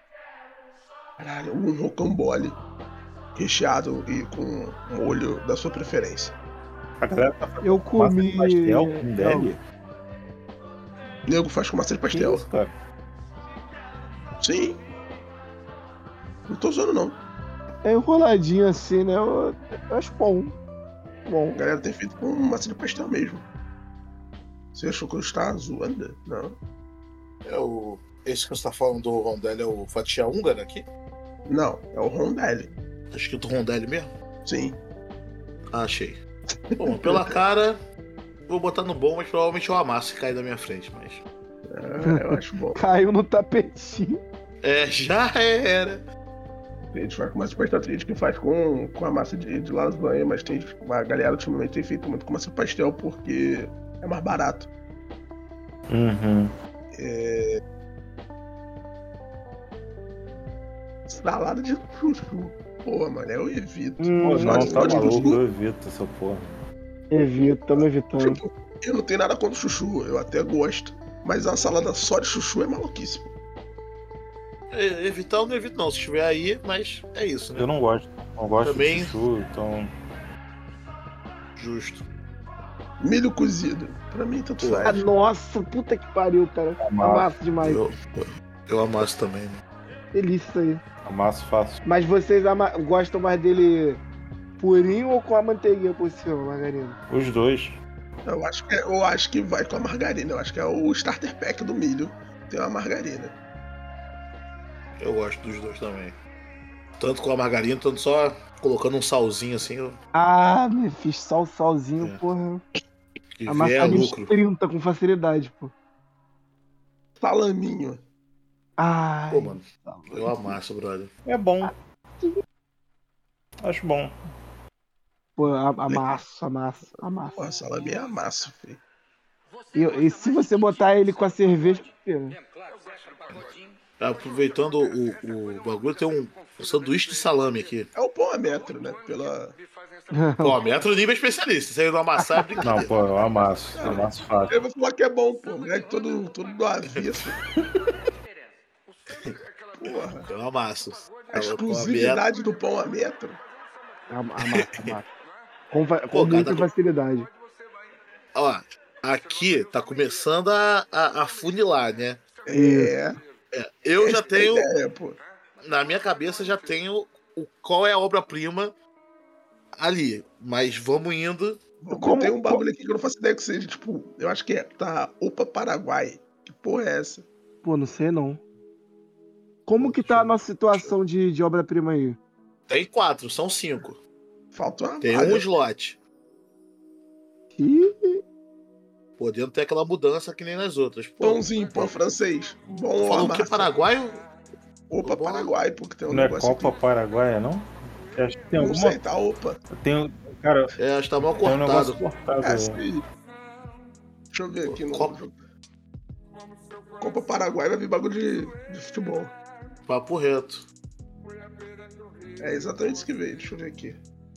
rocambole recheado e com molho da sua preferência.
A galera
eu comi
massa de pastel com Rondelli?
Nego faz com massa de pastel.
Isso, cara?
Sim. Não tô usando não.
É enroladinho assim, né? Eu acho bom.
A galera tem feito com massa de pastel mesmo. Você achou que eu estava zoando? Não.
Esse que você tá falando do Rondelli é o fatia húngara aqui?
Não, é o Rondelli.
Tá escrito Rondelli mesmo?
Sim.
Achei. Bom, pela cara, vou botar no bom, mas provavelmente eu amasso e cair da minha frente, mas...
eu acho bom.
Caiu no tapetinho.
Já era.
A gente faz com massa de pastel, tem gente que faz com a massa de lasanha, mas a galera ultimamente tem feito muito com massa de pastel porque é mais barato.
Uhum.
Salada de chuchu. Pô, mano, eu evito.
Pô, não, tá maluco, eu evito essa porra.
Estamos evitando.
Tipo, eu não tenho nada contra chuchu, eu até gosto. Mas uma salada só de chuchu é maluquice.
Evitar eu não evito não, se estiver aí, mas é isso, né?
Eu não gosto
também...
de chuchu, então...
Justo.
Milho cozido, pra mim tanto faz.
Nossa, puta que pariu, cara. Amasso demais.
Eu amasso também, né?
Delícia isso aí.
Amasso fácil.
Mas vocês gostam mais dele purinho ou com a manteiguinha por cima, margarina?
Os dois.
Eu acho que vai com a margarina. Eu acho que é o starter pack do milho. Tem uma margarina.
Eu gosto dos dois também. Tanto com a margarina, tanto só colocando um salzinho assim.
Me fiz salzinho, porra.
Que
a
lucro.
30 com facilidade, pô.
Salaminho.
Pô, mano, eu amasso, brother.
É bom. Acho bom.
Pô, amasso.
Pô, salame é amasso, filho.
E se você botar ele com a cerveja, né?
Aproveitando o bagulho, tem um sanduíche de salame aqui.
É o pão a metro, né?
Pão a metro nível especialista. Se ele não amassar, é brincadeira.
Não, pô, eu amasso. Amasso fácil.
Eu vou falar que é bom, pô. Moleque todo do avesso. Porra.
Eu amasso.
A exclusividade do pão a metro.
Amasso. Com muita facilidade.
Ó, aqui tá começando a funilar, né? Eu já tenho. Na minha cabeça já tenho qual é a obra-prima ali. Mas vamos indo.
Tem um bagulho aqui que eu não faço ideia que seja. Tipo, eu acho que tá Opa Paraguai. Que porra é essa?
Pô, não sei não. Como que tá a nossa situação de obra-prima aí?
Tem 4, são 5.
Falta uma
Tem
vaga.
um slot. Podendo ter aquela mudança que nem nas outras.
Pãozinho, pão francês. Bom.
Falou o que? Paraguaio?
Opa Paraguai, porque tem um
não
negócio
é Copa
aqui.
Paraguaia, não? Eu acho que tem
Não sei, tá Opa.
Tem, cara,
acho que tá mal
tem um
cortado.
negócio cortado.
Sim. Deixa eu ver aqui no Copa Paraguai vai vir bagulho de futebol.
Papo reto.
É exatamente isso que veio, deixa eu ver aqui.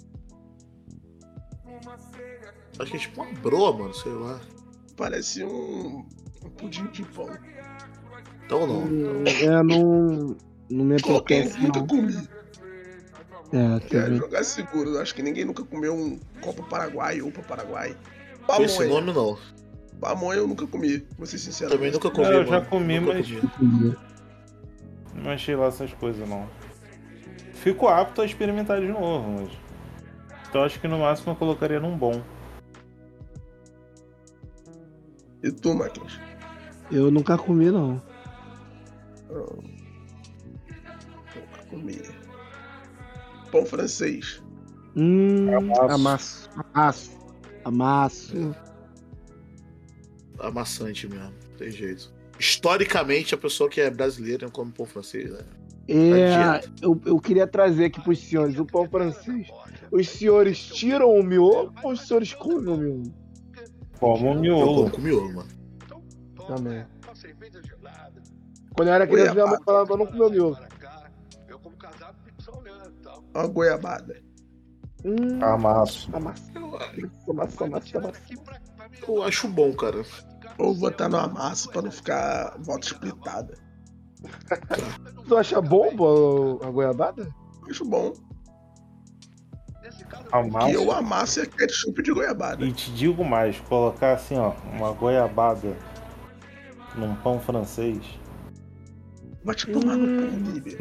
Acho que é tipo uma broa, mano, sei lá.
Parece um pudim de pão.
Então não.
Não me apetece,
nunca
não.
comi.
Quer
Jogar seguro. Acho que ninguém nunca comeu um Copa Paraguai, Opa Paraguai.
Com esse nome, não.
Pamonha eu nunca comi, vou ser sincero.
Também nunca comi,
Eu já comi,
nunca
mas
comi.
não achei lá essas coisas, não. Fico apto a experimentar de novo, mas... Então acho que no máximo eu colocaria num bom.
E tu, Marquinhos?
Eu nunca comi, não.
Nunca comi. Pão francês.
Amasso.
Amassante mesmo, não tem jeito. Historicamente, a pessoa que é brasileira não come pão francês, né?
Eu queria trazer aqui pros senhores o pão francês. Os senhores tiram o miolo ou os senhores comem o miolo?
Como o
Eu
miolo.
como com miolo, mano.
Também. Quando eu era criança, minha mãe falava pra não comer o miolo.
Uma goiabada.
Amasso.
Amassa.
Eu acho bom, cara.
Ou botar no amasso pra não ficar volta splitada.
Tu acha bom, pô, a goiabada?
Acho bom.
Amasso.
Que eu amasso é ketchup de goiabada.
E te digo mais, colocar assim, ó, uma goiabada num pão francês.
Vai te tomar no pão, Líbia.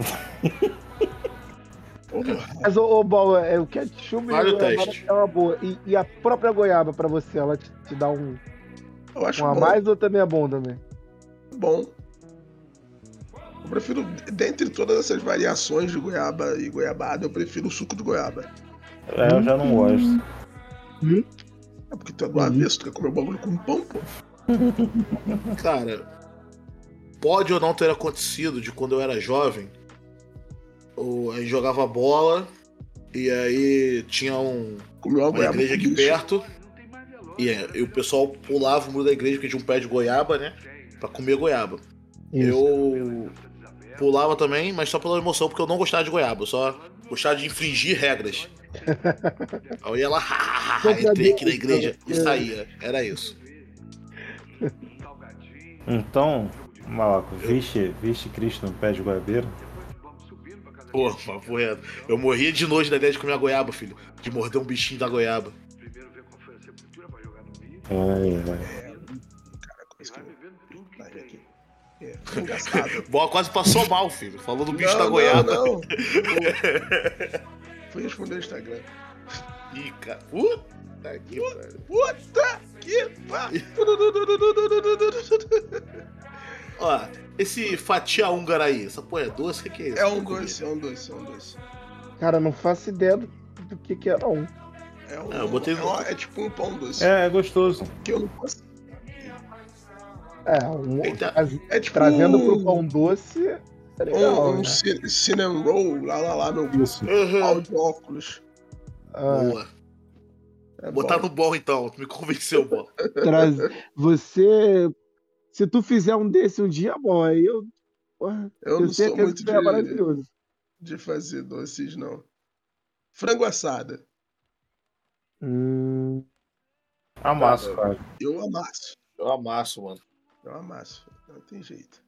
Mas, ô Bal, o ketchup
Vale o
goiabada
teste.
é uma boa. E a própria goiaba pra você, ela te dá um
Eu acho
a
bom.
mais ou também é bom também?
Bom. Eu prefiro, dentre todas essas variações de goiaba e goiabada, eu prefiro o suco de goiaba.
Eu já não gosto.
É porque tu é do avesso, tu quer comer o bagulho com pão, pô.
Cara, pode ou não ter acontecido de quando eu era jovem, a gente jogava bola e aí tinha
Comeu uma
uma
goiaba
igreja
com
aqui
bicho.
perto e o pessoal pulava o muro da igreja porque tinha um pé de goiaba, né? Pra comer goiaba. Eu pulava também, mas só pela emoção, porque eu não gostava de goiaba, eu só gostava de infringir regras. Aí eu ia lá, entrei aqui na igreja e saía. Era isso.
Então, Malaco, viste Cristo no pé de goiabeira?
Pô, papo reto. Eu morria de nojo da ideia de comer a goiaba, filho. De morder um bichinho da goiaba.
Cara, coisa que eu... aqui. É, engraçado.
Boa quase passou mal, filho. Falou do bicho da goiaba.
Não. Fui responder o Instagram.
Ih, cara. Puta que pariu.
Puta que pariu.
Ó, esse fatia húngara aí, essa porra é doce? O que é isso?
É um doce.
Cara, não faço ideia do que é, não.
Eu botei no...
É tipo um pão doce.
É gostoso.
Que eu não posso.
Eita.
É tipo
Trazendo pro pão doce. É legal, né?
cinnamon roll, lá, meu pau de óculos.
Boa.
É
Botar
bom.
no bom então, tu me convenceu, bom.
Você. Se tu fizer um desse um dia, bom, aí eu. Porra,
Eu
tenho
não sou
certeza
muito
que é maravilhoso.
de fazer doces, não. Frango assada.
Amasso, cara.
Eu amasso.
Eu amasso, mano.
Não tem jeito.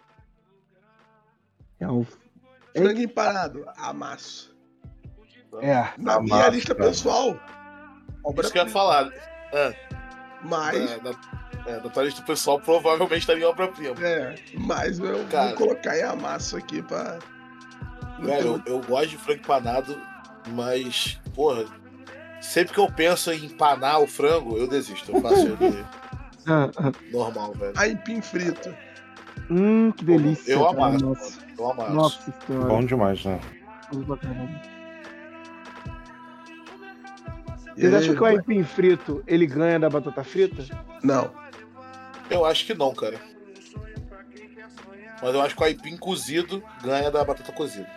Frango empanado. Amasso. Na minha lista pessoal.
Isso que eu ia falar.
Mas.
Da tua lista pessoal provavelmente estaria em obra-prima.
Mas eu vou colocar em amasso aqui pra.
Velho, eu gosto de frango empanado, mas, porra, sempre que eu penso em empanar o frango, eu desisto. Eu faço ele normal, velho.
Aipim frito.
Que delícia.
Eu
cara,
amasso.
nossa.
Eu amasso.
Nossa senhora.
Bom demais, né?
Vocês acham que o aipim frito, ele ganha da batata frita?
Não.
Eu acho que não, cara. Mas eu acho que o aipim cozido ganha da batata cozida.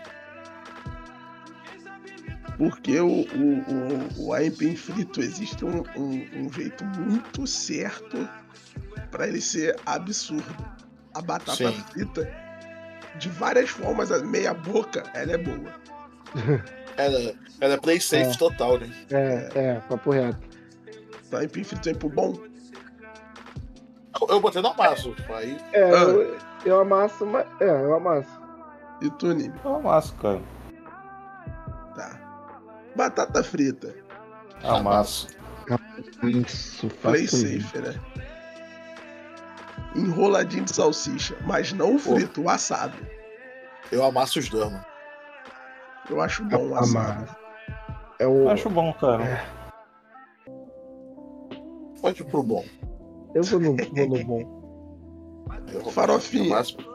Porque o aipim frito existe um jeito muito certo pra ele ser absurdo. A batata frita, de várias formas, a meia boca, ela é boa.
Ela é play safe total, né?
Papo reto.
Então, aipim frito é pro bom.
Eu botei no amasso. Aí...
Eu amasso, mas. Eu amasso.
E tu, Nimi?
Eu amasso, cara.
Tá. Batata frita.
Amasso.
Isso,
Play safe, né? Enroladinho de salsicha, mas não o frito, o assado.
Eu amasso os dois, mano.
Eu acho bom o assado.
Eu acho bom, cara.
Pode ir pro bom.
Eu vou no bom.
Farofinha.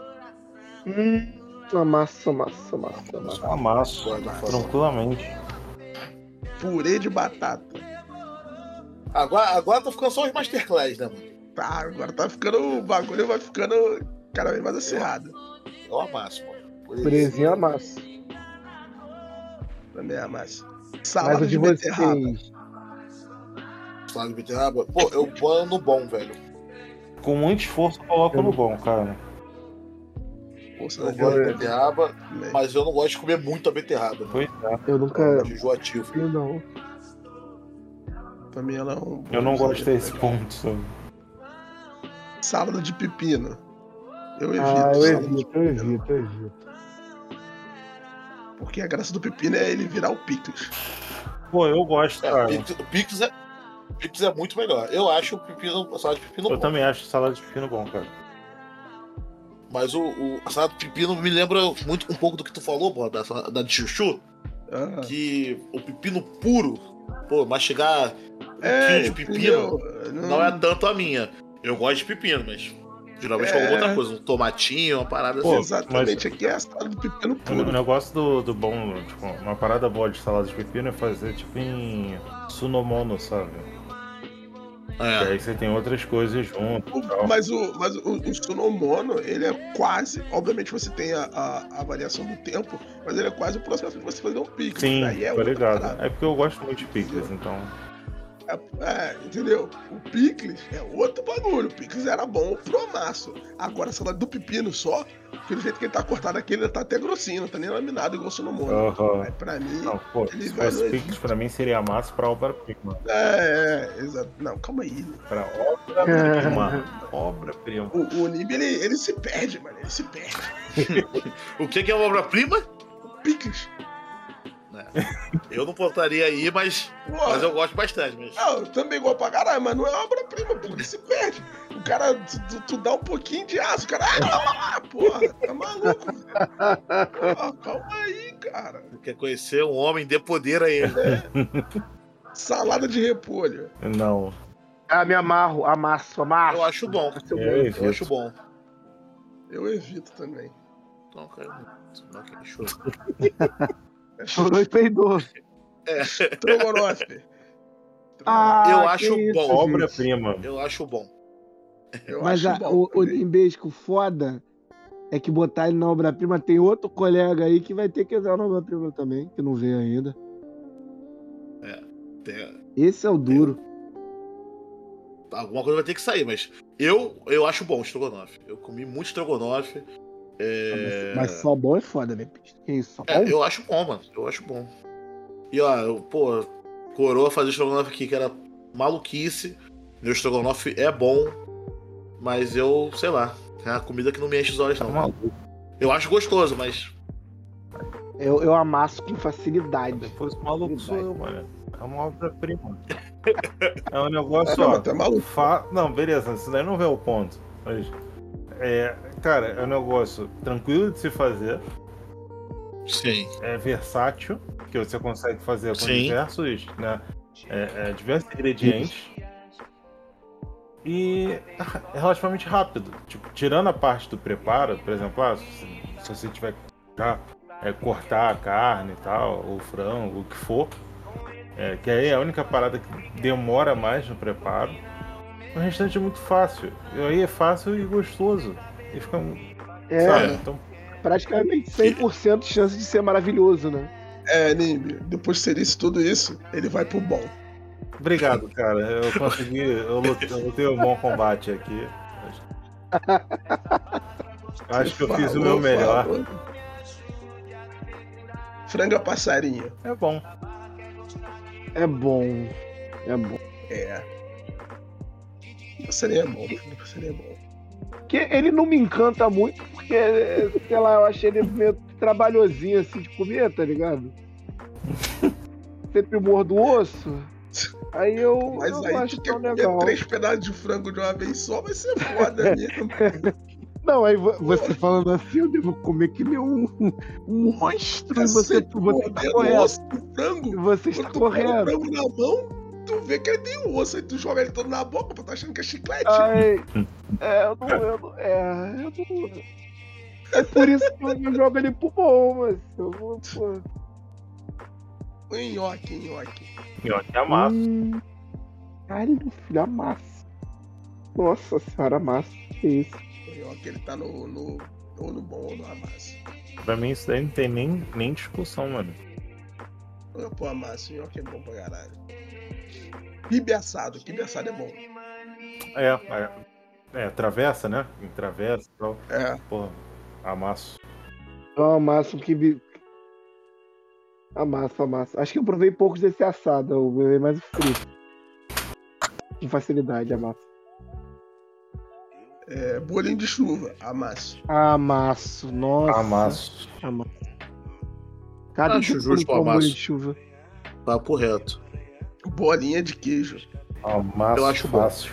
Amasso.
Amasso, tranquilamente.
Purê de batata.
Agora tá ficando só os masterclass, né, mano?
Tá, agora tá ficando. O bagulho vai ficando cada vez mais acirrado.
Eu amasso, mano.
Purezinho amasso.
Também amasso. Salada de beterraba.
Salada de beterraba? Pô, eu ponho no bom, velho.
Com muito esforço eu coloco no bom, cara.
Eu gosto de beterraba, mas eu não gosto de comer muito a beterraba.
Pois é.
Eu nunca.
Enjoativo.
Eu não.
Pra mim ela é um.
Eu não gosto desse ponto, sabe?
Salada de pepino. Eu evito. Porque a graça do pepino é ele virar o picles.
Pô, eu gosto, cara.
O picles é muito melhor. Eu acho a salada de pepino bom.
Eu também acho salada de pepino bom, cara.
Mas a salada de pepino me lembra muito um pouco do que tu falou, pô, da de chuchu. Que o pepino puro, pô, mastigar quilo de pepino não é tanto a minha. Eu gosto de pepino, mas geralmente coloco outra coisa, um tomatinho, uma parada assim.
Exatamente, aqui é a salada de pepino puro.
O negócio do bom, tipo, uma parada boa de salada de pepino é fazer tipo em sunomono, sabe? E aí você tem outras coisas junto.
Mas o sunomono, ele é quase. Obviamente você tem a variação do tempo, mas ele é quase o processo de você fazer um picles.
Sim,
tá
ligado. É porque eu gosto muito de picles, então.
Entendeu? O picles é outro bagulho. O picles era bom pro amasso. Agora a salada do pepino só, pelo jeito que ele tá cortado aqui, ele tá até grossinho, não tá nem laminado igual o sunomono. Aí pra mim.
Não, pô, se fosse picles, pra mim seria amasso pra obra-prima.
Exato. Não, calma aí.
Pra obra-prima. Obra-prima.
O Nib, ele se perde, mano. Ele se perde.
O que é obra-prima?
O picles.
Eu não portaria aí, mas eu gosto bastante. Mas...
Não, eu também gosto pra caralho, mas não é obra-prima, pô, ele se perde. O cara, tu dá um pouquinho de aço, o cara, porra, tá maluco, velho. Calma aí, cara.
Quer conhecer um homem, dê poder a ele.
Salada de repolho.
Não.
Me amarro.
Eu acho bom. Eu acho bom.
Eu evito também.
Então, cara, não quer show.
Chorou e peidou.
Estrogonofe.
Eu acho bom.
Obra-prima.
Eu acho bom.
Mas o Nimbesco foda é que botar ele na obra-prima, tem outro colega aí que vai ter que entrar na obra-prima também, que não veio ainda. Esse é o duro.
Alguma coisa vai ter que sair, mas eu acho bom o estrogonofe. Eu comi muito estrogonofe.
Mas só bom é foda, né? Que isso?
Eu acho bom, mano. Eu acho bom. E ó, coroa fazer estrogonofe aqui, que era maluquice. Meu estrogonofe é bom, mas eu, sei lá, é uma comida que não me enche os olhos, não. Eu acho gostoso, mas...
Eu amasso com facilidade.
Depois o maluco sou eu, mano. É uma obra-prima. É um negócio, Não, beleza, isso daí não vê o ponto. Mas... cara, é um negócio tranquilo de se fazer.
Sim.
É versátil, que você consegue fazer com diversos, né? Diversos ingredientes. E é relativamente rápido. Tipo, tirando a parte do preparo, por exemplo, se você tiver que cortar a carne e tal, ou frango, o que for, que aí é a única parada que demora mais no preparo. O restante é muito fácil. E aí é fácil e gostoso. E fica. Sabe? Então...
praticamente 100% de chance de ser maravilhoso, né?
Nimbi, depois de ser isso, tudo isso, ele vai pro bom.
Obrigado, cara. Eu consegui. Eu lutei um bom combate aqui. Acho que eu fiz o meu melhor.
Franga passarinho.
É bom.
É bom.
Passarinho é bom.
Que ele não me encanta muito, porque, sei lá, eu achei ele meio trabalhosinho assim de comer, tá ligado? Sempre mordo o osso. Aí eu
aí
acho
tu quer
tão
comer
legal.
3 pedaços de frango de uma vez só, vai ser foda mesmo.
Não, aí você falando assim, eu devo comer que nem um monstro. E você tá correto.
Osso do frango.
Você está
Quando tu põe o
correto.
frango na mão, tu vê que ele tem o osso, aí tu joga ele todo na boca, tu tá achando que é chiclete.
Ai, eu não. É por isso que eu jogo ele pro bom, mas eu vou, pô.
Nhoque.
Nhoque é massa.
Caralho, filho, a massa. Nossa senhora, massa. Que isso?
O nhoque, ele tá ou no bom ou no amasso.
Pra mim isso daí não tem nem discussão, mano.
Pô, amasso, o nhoque é bom pra caralho. Quibe assado é bom.
Travessa, né? Em travessa e tal. Porra, amasso.
Não, amasso que. Amasso. Acho que eu provei poucos desse assado, eu provei mais o frito. Com facilidade, amasso.
Bolinho de chuva, amasso.
Amasso, nossa.
Amasso.
Cada
Acho justo o
bolinho
amasso.
de chuva.
Papo reto.
Bolinha de queijo.
Amasso.
Eu acho bom.
fácil.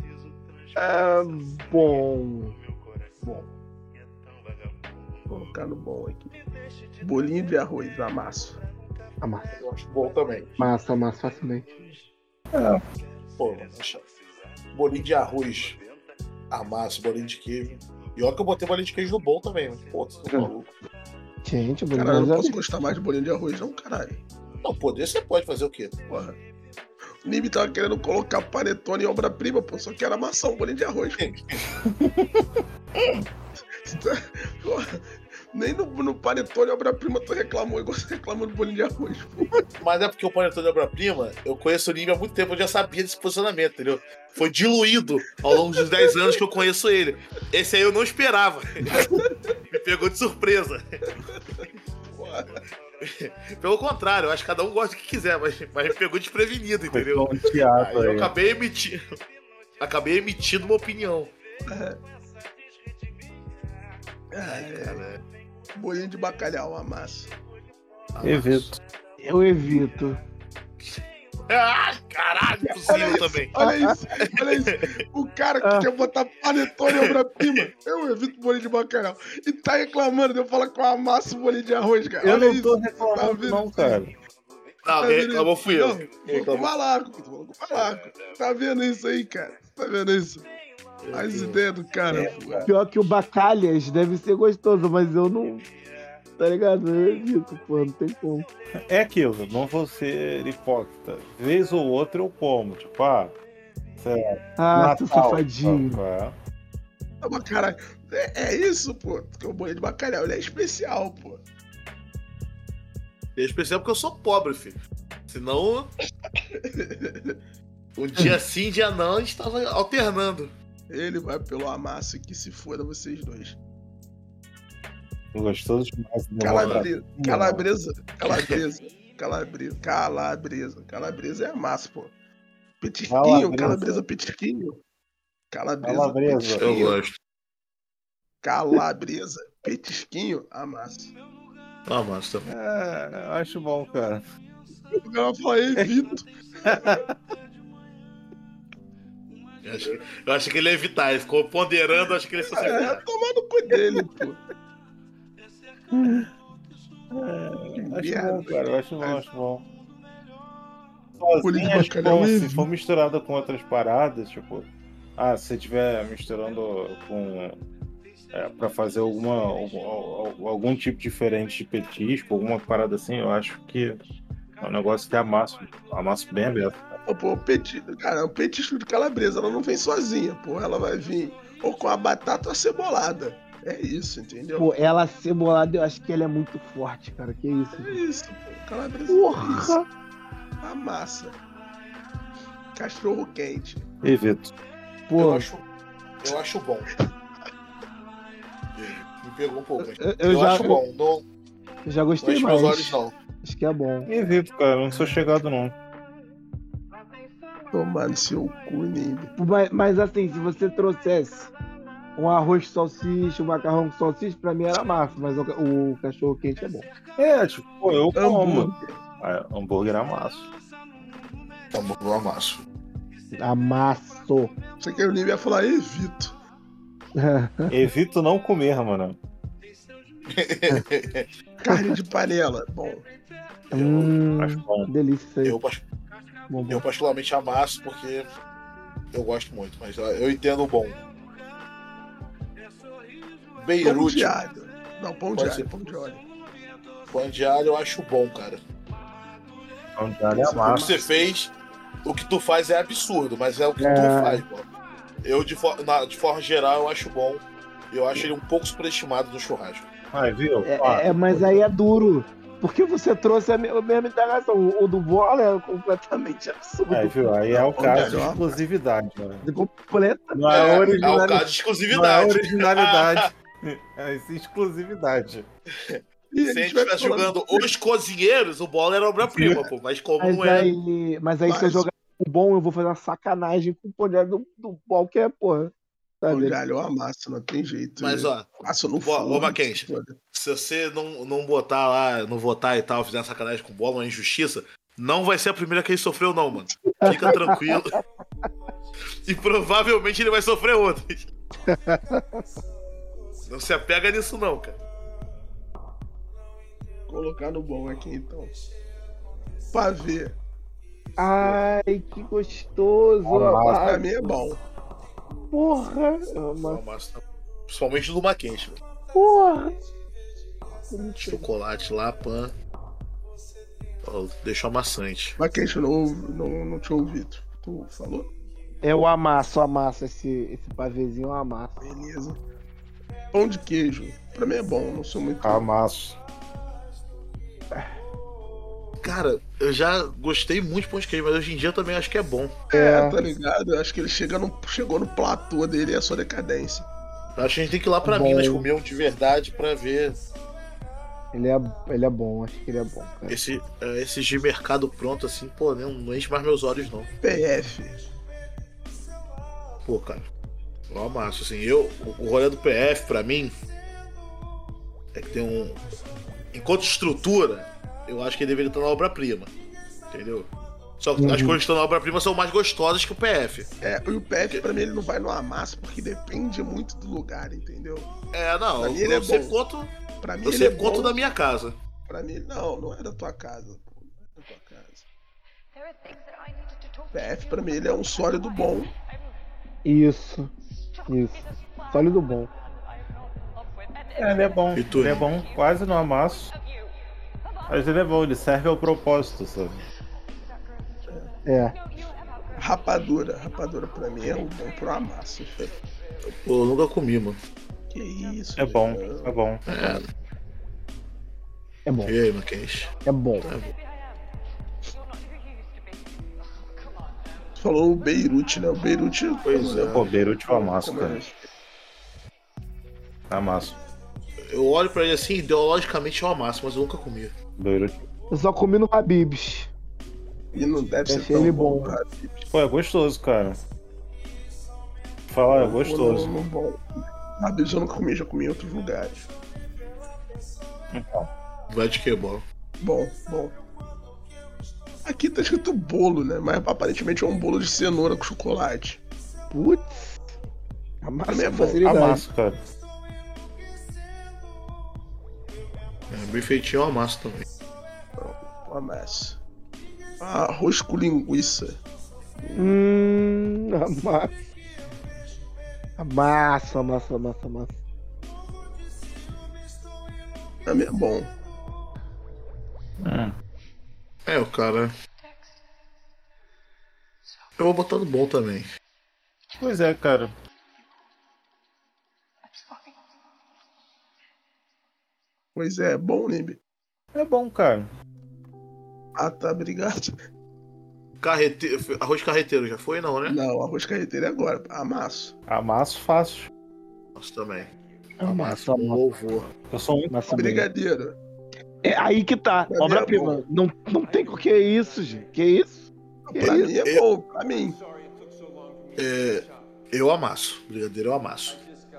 Bom.
Vou colocar no bom aqui. Bolinho de arroz, amasso.
Amasso.
Eu acho bom também.
Amasso, facilmente.
Pô, bolinho de arroz, amasso, bolinho de queijo. E olha que eu botei bolinho de queijo no bom também, mas pô, você tá maluco.
Gente, bolinho
Caralho, eu
de
não
arroz.
posso gostar mais de bolinho de arroz, não, caralho.
Não, poder você pode fazer o quê?
Porra. O Nibi tava querendo colocar panetone em obra-prima, pô, só que era maçã, um bolinho de arroz. Porra, nem no panetone obra-prima tu reclamou, igual você reclamou do bolinho de arroz, pô.
Mas é porque o panetone de obra-prima, eu conheço o Nibi há muito tempo, eu já sabia desse posicionamento, entendeu? Foi diluído ao longo dos 10 anos que eu conheço ele. Esse aí eu não esperava. Me pegou de surpresa.
Porra.
Pelo contrário, eu acho que cada um gosta do que quiser, mas me pegou desprevenido, entendeu?
Foi um teatro
Aí eu
aí.
acabei emitindo uma opinião.
Bolinho de bacalhau, amasso.
Evito.
Eu evito.
Ah, caralho, possível também.
Olha isso. O cara que quer botar panetone em obra-prima, eu evito bolinho de bacalhau. E tá reclamando de eu falar que eu amasso bolinho de arroz, cara.
Eu
Olha
não tô
isso.
reclamando,
vendo?
não, cara.
Não,
Tá
quem
vendo
reclamou
isso?
fui eu.
Não, tô com o Malaco. Tá vendo isso aí, cara? Tá vendo isso? As ideias do cara, pô.
Pior que o bacalhas deve ser gostoso, mas eu não. Tá ligado? Eu evito, pô, não tem como.
É aquilo, não vou ser hipócrita. Vez ou outra eu como, tipo,
Seu safadinho.
Não, mas, cara, é isso, pô. Porque o bolinho de bacalhau, ele é especial, pô.
É especial porque eu sou pobre, filho. Senão, um dia sim, dia não, a gente tava alternando.
Ele vai pelo amasso e que se foda vocês dois.
Gostoso demais.
Calabresa é amasso, pô. Petisquinho, calabresa petisquinho.
Calabresa.
Eu gosto.
Calabresa, petisquinho, amasso.
Ah, mas tá.
Eu acho bom, cara.
O cara fala, evito.
Eu acho que ele ia evitar, ele ficou ponderando, acho que ele ia se
Tomar no cu dele, pô.
Acho bom, cara. Eu acho bom.
Bolinho de
Sozinho, acho
bacalhau
bom. Se
evito.
for misturado com outras paradas, tipo, se você estiver misturando com. Pra fazer algum tipo diferente de petisco, alguma parada assim, eu acho que é um negócio que amasso bem aberto.
Pô, o petisco de calabresa, ela não vem sozinha, pô. Ela vai vir ou com a batata ou a cebolada. É isso, entendeu?
Pô, ela cebolada, eu acho que ela é muito forte, cara. Que isso?
É isso, pô. Calabresa
Porra!
é isso. A massa. Cachorro quente.
Evito.
Pô,
eu acho bom. Me pegou um pouco, mas
eu já
acho bom. Não,
eu já gostei
não
mais.
meus olhos, não.
Acho que é bom.
Evito, cara. Não sou chegado, não.
Tomar no seu cu, Nimbi.
Mas assim, se você trouxesse um arroz com salsicha, um macarrão com salsicha, pra mim era massa, mas o cachorro quente é bom.
Tipo, eu como.
Hambúrguer.
Hambúrguer amasso.
Eu amasso.
Amasso.
Você que o Nib ia falar evito.
Evito não comer, mano.
Carne de panela. Bom.
Acho bom.
Delícia.
Eu particularmente amasso porque eu gosto muito, mas eu entendo o bom. Beirute.
Pão de alho. Não, pão de alho.
Pão de alho eu acho bom, cara.
Pão de alho é
O que
massa.
você fez, o que tu faz é absurdo, mas é o que tu faz, pô. Eu, de forma geral, eu acho bom. Eu acho ele um pouco superestimado no churrasco.
Viu?
Mas aí é duro. Porque você trouxe a mesma interação. O do bola é completamente absurdo.
Viu? Aí é o caso de exclusividade, né?
Não
é o caso de exclusividade.
Não é originalidade. É exclusividade.
Se a gente estivesse jogando Os Cozinheiros, o bola era obra-prima, pô. Mas como não é.
Mas aí se eu jogar o bom, eu vou fazer uma sacanagem com o poder do qualquer, porra.
Pão de alho eu amasso, não tem jeito.
Mas, ó,
passo no forno.
Ô, Mackenzie, se você não botar lá, não votar e tal, fizer sacanagem com bola, uma injustiça, não vai ser a primeira que ele sofreu, não, mano. Fica tranquilo. E provavelmente ele vai sofrer outras. Não se apega nisso, não, cara.
Vou colocar no bom aqui, então. Pavê.
Ai, que gostoso.
Pra mim é bom.
Porra.
Principalmente do Mackenzie.
Porra.
Chocolate lá, pan. Deixou amassante.
Mackenzie, não tinha ouvido. Tu falou?
Eu amasso esse pavêzinho, eu amasso.
Beleza. Pão de queijo. Pra mim é bom, não sou muito...
Amasso.
Cara, eu já gostei muito de pão de queijo, mas hoje em dia eu também acho que é bom.
Tá ligado? Eu acho que ele chegou no platô dele e é só decadência.
Eu acho que a gente tem que ir lá pra Minas comer um de verdade pra ver.
Ele é bom, acho que ele é bom, cara.
Esses de mercado pronto, assim, pô, não enche mais meus olhos, não.
PF.
Pô, cara, eu amasso, assim. O rolê do PF, pra mim, é que tem enquanto estrutura, eu acho que ele deveria estar na obra-prima, entendeu? Só que as coisas que estão na obra-prima são mais gostosas que o PF.
E o PF, pra mim, ele não vai no amasso, porque depende muito do lugar, entendeu?
Não,
pra mim, ele
eu sempre conto...
Pra mim,
eu sempre conto da minha casa.
Pra mim, não é da tua casa. Pô, não é da tua casa. PF, pra mim, ele é um sólido bom.
Isso. Sólido bom.
Ele é bom. Ele é bom, quase no amasso. Mas ele é bom, ele serve ao propósito, sabe?
Rapadura pra mim é um bom pro amasso.
Pô, eu nunca comi, mano.
Que isso?
É bom, é bom.
É bom.
E aí, Mackenzie?
É bom.
Tu falou o Beirute, né? O Beirute...
Pois é.
Pô, Beirute eu amasso, cara. Amasso.
Eu olho pra ele assim, ideologicamente eu amasso, mas eu nunca comi.
Beirute.
Eu só comi no Habib's.
E não deve ser
Achei
tão
ele
bom.
Pô, é gostoso, cara. Fala, é gostoso.
Bom. Habib's eu nunca comi, já comi em outros lugares.
Então.
Vai de que, bola?
Bom. Aqui tá escrito bolo, né? Mas aparentemente é um bolo de cenoura com chocolate.
Putz.
Amasso é bom.
Amasso, cara.
Bem feitinho eu amasso também.
Amasso. Arroz com linguiça.
Amasso.
Pra mim é bom.
O cara... Eu vou botar no bom também.
Pois é, cara.
Pois é, bom, Nimbi.
É bom, cara.
Tá, obrigado.
Arroz carreteiro já foi, não, né?
Não, arroz carreteiro é agora. Amasso.
Amasso fácil.
Nossa, também.
Amasso.
Um louvor.
Eu sou muito
brigadeiro.
É aí que tá. Obra-prima. Não tem o que é isso, gente. Que isso?
Pra mim é bom, pra mim.
Eu amasso. Brigadeiro eu amasso.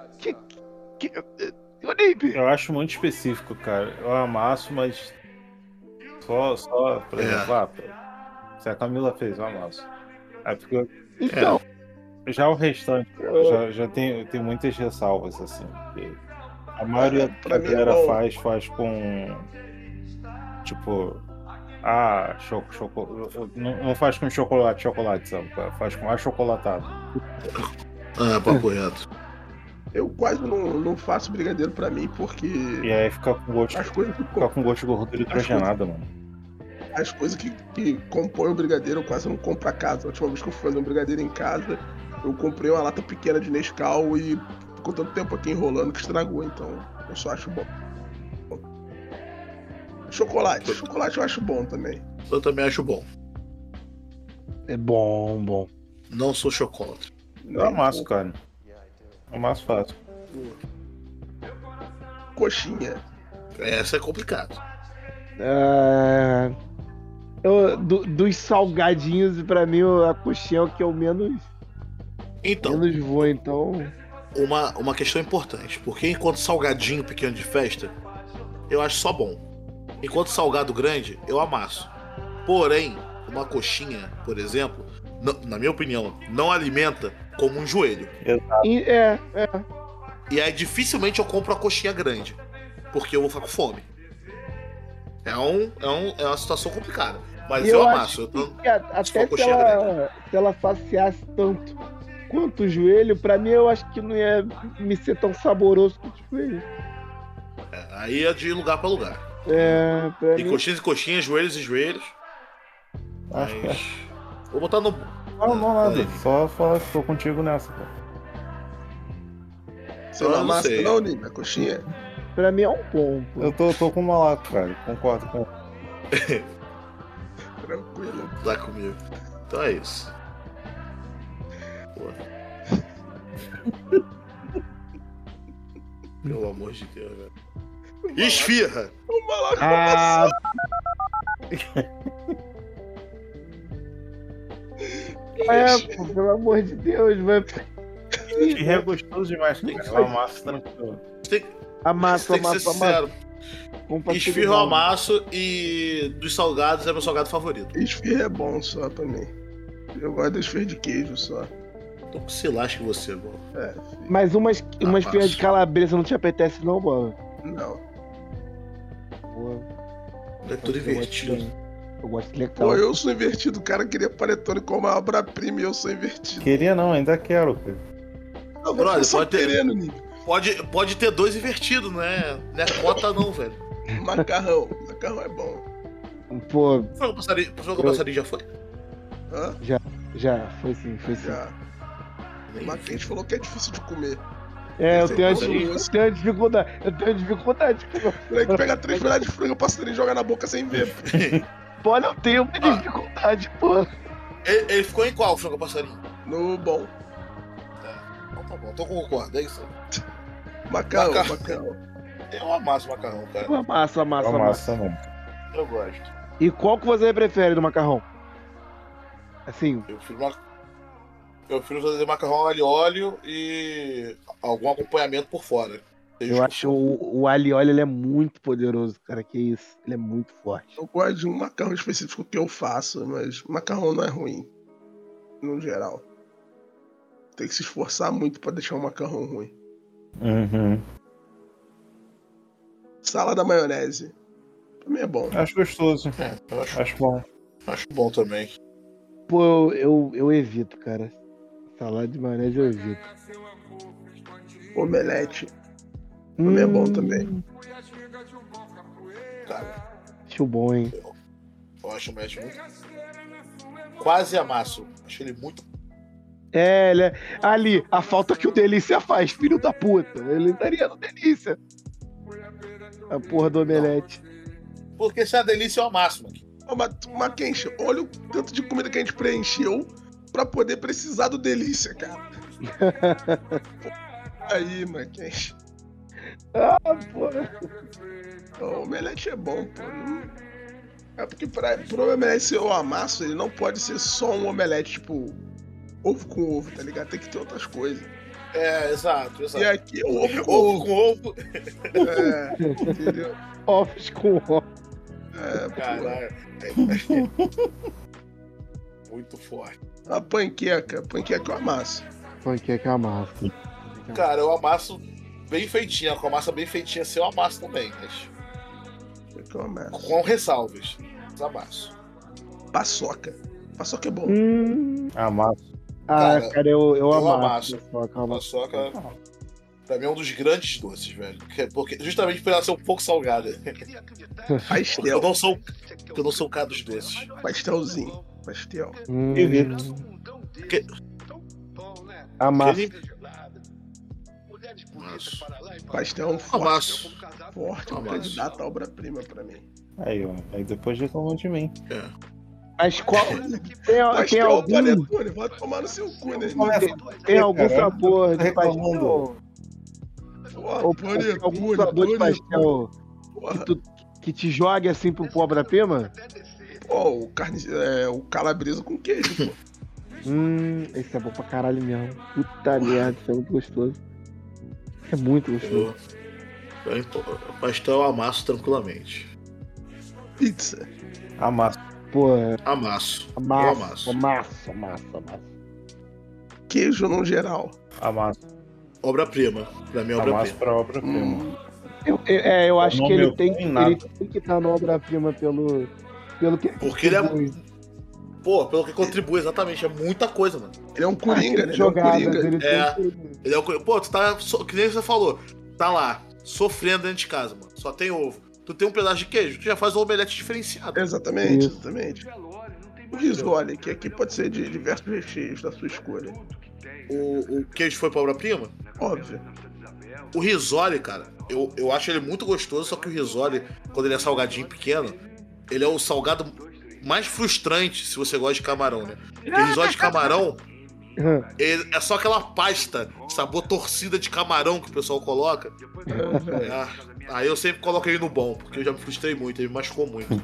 Eu acho muito específico, cara. Eu amasso, mas só pra levar. Se a Camila fez, eu amasso. É porque
Então,
já o restante já tem muitas ressalvas, assim. A maioria da galera faz com. Tipo. Não faz com chocolate, sabe? Faz com achocolatado.
Papo reto.
Eu quase não faço brigadeiro pra mim, porque.
E aí fica com gosto. Fica com gosto de gordura hidrogenada, mano.
As coisas que compõem o brigadeiro eu quase não compro a casa. A última vez que eu fui fazer um brigadeiro em casa, eu comprei uma lata pequena de Nescau e ficou tanto tempo aqui enrolando que estragou, então eu só acho bom. Chocolate eu acho bom também.
Eu também acho bom.
É bom.
Não sou chocolate.
Eu amasso, cara. Eu amasso fácil.
Coxinha.
Essa é complicado.
Dos salgadinhos, pra mim, a coxinha é o que eu menos vou, então.
Uma questão importante, porque enquanto salgadinho pequeno de festa, eu acho só bom. Enquanto salgado grande, eu amasso. Porém, uma coxinha, por exemplo, na minha opinião, não alimenta como um joelho.
Exato.
E aí dificilmente eu compro a coxinha grande, porque eu vou ficar com fome. É uma situação complicada. Mas eu amasso.
Até se ela saciasse tanto quanto o joelho, pra mim eu acho que não ia me ser tão saboroso quanto o joelho.
Aí é de lugar pra lugar.
Tem
coxinhas e coxinhas, joelhos e joelhos. Mas. Vou botar no.
Não, nada. Só falar que tô contigo nessa, pô.
Você não amassa não, Nina? Coxinha?
Pra mim é um bom, pô.
Eu tô com o malaco, cara. Concordo com.
Tranquilo.
Tá comigo. Então é isso. Pô. Pelo amor de Deus, velho. Esfirra!
O malaco
pô, pelo amor de Deus, vai.
Esfirra é gostoso demais, cara. Eu amasso tranquilo.
Amasso.
Esfirra eu amasso e dos salgados é meu salgado favorito.
Esfirra é bom só pra mim. Eu gosto da esfirra de queijo só.
Tô com se lasque você, mano.
Mas uma esfirra de calabresa não te apetece não, mano?
Não.
É tudo invertido.
Eu gosto de legal.
Pô, eu sou invertido. O cara queria panetone como a obra-prima e eu sou invertido.
Queria não, ainda quero, cara.
Não,
brother,
pode
ter dois invertidos, né? Não é cota não, velho.
Macarrão é bom.
Pô.
Frango passarinho já foi?
Hã?
Já, foi sim.
Já. Mas quem falou que é difícil de comer.
Eu tenho dificuldade.
Tem que pegar 3 pedaços de frango passarinho e jogar na boca sem ver.
Pô, não tenho dificuldade, pô.
Ele ficou em qual, frango passarinho?
No bom.
Então tá bom, tô com concordo, é isso.
Macarrão.
Eu amasso macarrão, cara.
Eu amasso
também.
Eu gosto.
E qual que você prefere do macarrão? Assim.
Eu prefiro fazer macarrão alho e óleo e algum acompanhamento por fora.
Eu acho o alho e óleo ele é muito poderoso, cara. Que isso? Ele é muito forte.
Eu gosto de um macarrão específico que eu faço, mas macarrão não é ruim. No geral. Tem que se esforçar muito pra deixar um macarrão ruim.
Uhum.
Salada maionese. Pra mim é bom.
Acho gostoso. Acho bom.
Acho bom também.
Pô, eu evito, cara. Salada de maionese eu evito.
Omelete. Pra mim é bom também.
Cara,
acho bom, hein?
Eu acho o omelete muito. Quase amasso. Acho ele muito.
Ele é... Ali, a falta que o Delícia faz, filho da puta. Ele estaria no Delícia. A porra do omelete.
Porque se é a delícia é o máximo aqui.
Mackenzie, olha o tanto de comida que a gente preencheu pra poder precisar do Delícia, cara. Aí, Mackenzie.
Porra.
O omelete é bom, pô. É porque pro omelete ser o amasso, ele não pode ser só um omelete, tipo, ovo com ovo, tá ligado? Tem que ter outras coisas.
Exato.
E aqui é o ovo com
ovo. Com ovo.
Ovos com ovo.
Caralho. muito forte.
A panqueca eu amasso.
Panqueca eu amasso.
Cara, eu amasso bem feitinha. Com a massa bem feitinha assim, eu amasso também. Mas...
Eu amasso.
Com ressalvas. Eu amasso.
Paçoca. Paçoca é bom.
Amasso.
Cara, eu amasso.
Paçoca, pra mim, é um dos grandes doces, velho. Porque, justamente por ela ser um pouco salgada.
Pastel.
Eu não sou o cara dos doces.
Pastelzinho. Pastel.
Evito.
Amasso.
Pastel é um
Amasso.
forte. Um candidato à obra-prima pra mim.
Aí, ó. Aí depois reclamam de mim.
Mas qual. Tem algum.
Panetone, vai tomar no seu cu, né?
Tem algum sabor de pastel? Ou
Panetone,
algum sabor de pastel que te jogue assim pro obra-prima?
Pô, o calabresa com queijo, pô.
Esse é bom pra caralho mesmo. Puta merda, isso é muito gostoso. É muito gostoso.
Pastel eu amasso tranquilamente.
Pizza.
Amasso.
Pô,
Amasso.
amasso.
Queijo no geral.
Amasso.
Obra-prima. Pra mim é
Amasso
obra-prima.
pra obra-prima.
Eu acho
Não
que ele
meu
tem
nada.
que estar na obra-prima pelo que.
Porque ele é. Pô, pelo que contribui, exatamente. É muita coisa, mano.
Ele é um coringa, né?
Jogadas,
Ele é um coringa.
Ele é o. Pô, tu tá. Que nem você falou. Tá lá, sofrendo dentro de casa, mano. Só tem ovo. Tu tem um pedaço de queijo, tu já faz um omelete diferenciado.
Exatamente. O risole, que aqui pode ser de diversos recheios da sua escolha.
O queijo foi pra obra-prima?
Óbvio.
O risole, cara, eu acho ele muito gostoso, só que o risole, quando ele é salgadinho pequeno, ele é o salgado mais frustrante se você gosta de camarão, né? Porque o risole de camarão é só aquela pasta, sabor torcida de camarão que o pessoal coloca. Aí eu sempre coloco ele no bom, porque eu já me frustrei muito, ele me machucou muito.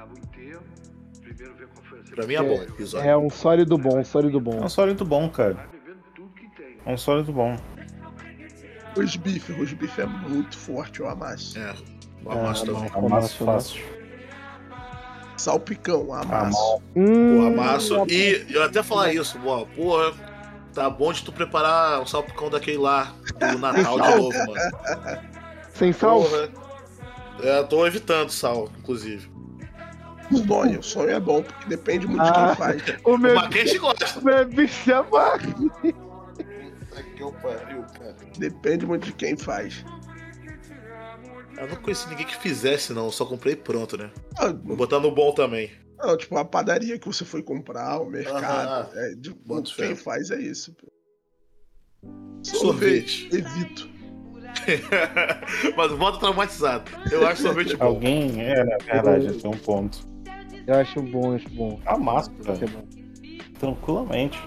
Pra mim é bom, risole.
É um sólido bom,
É um sólido bom, cara. É um sólido bom.
Os bife é muito forte, eu amasso.
O amasso também.
Amasso fácil.
Salpicão, amasso.
O amasso. E eu até falar isso, porra, tá bom de tu preparar um salpicão daquele lá, do Natal de novo, mano.
Sem sal?
Porra. Tô evitando sal, inclusive.
O sonho é bom, porque depende muito de quem faz.
O meu
Mackenzie gosta.
bicho é máquina.
Que eu pariu, cara.
Depende muito de quem faz.
Eu não conheci ninguém que fizesse, não. Eu só comprei pronto, né? Vou
Não,
botar no bom também.
tipo, a padaria que você foi comprar, o mercado. Quem
fé.
faz é isso. Pô.
Sorvete.
Evito.
Mas volta traumatizado. Eu acho sorvete bom.
Alguém, na verdade, tem um ponto.
Eu acho bom.
Amasso,
É
cara.
bom.
Tranquilamente.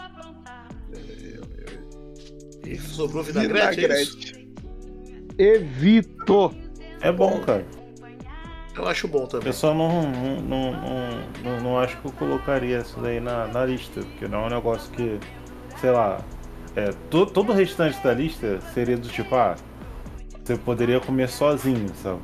E sobrou vinagrete, é isso?
Evito.
É bom, cara.
Eu acho bom também.
Eu só não acho que eu colocaria isso daí na lista, porque não é um negócio que, sei lá, todo o restante da lista seria do tipo, você poderia comer sozinho, sabe?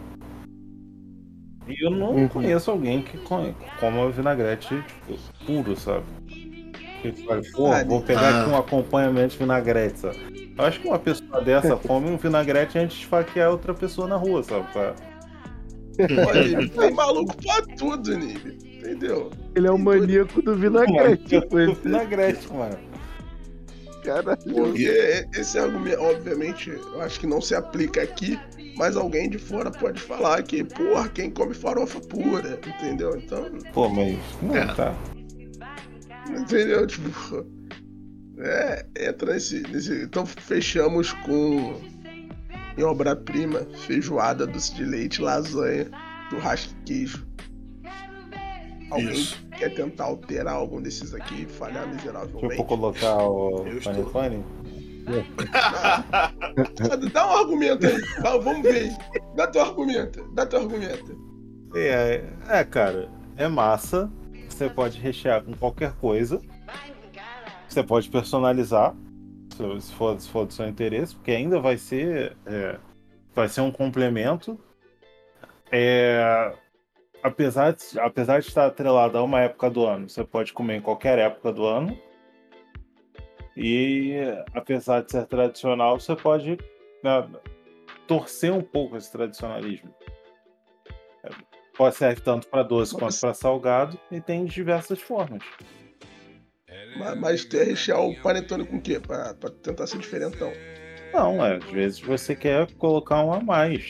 E eu não conheço alguém que coma vinagrete tipo, puro, sabe? Que fala, vou pegar aqui um acompanhamento de vinagrete, sabe? Eu acho que uma pessoa dessa come um vinagrete antes de esfaquear outra pessoa na rua, sabe?
Olha, tem maluco pra tudo, Nive. Entendeu?
Ele é o maníaco do vinagrete.
Vinagrete, mano.
Caralho.
Porque esse argumento, obviamente, eu acho que não se aplica aqui, mas alguém de fora pode falar que, porra, quem come farofa pura, entendeu? Então.
Pô, mas. Não, tá.
Entendeu? Tipo. Entra nesse. Então fechamos com. Em obra-prima, feijoada, doce de leite, lasanha, churrasco e queijo. Alguém quer tentar alterar algum desses aqui e falhar miseravelmente?
Deixa eu colocar o panetone.
Dá um argumento aí. Vamos ver. Dá teu argumento.
Cara, é massa. Você pode rechear com qualquer coisa. Você pode personalizar, se for do seu interesse, porque ainda vai ser um complemento. apesar de estar atrelado a uma época do ano, você pode comer em qualquer época do ano. E apesar de ser tradicional, você pode torcer um pouco esse tradicionalismo. Pode servir tanto para doce quanto para salgado e tem diversas formas.
Mas tu ia rechear o panetone com o quê? Pra tentar ser diferentão?
Não, às vezes você quer colocar um a mais.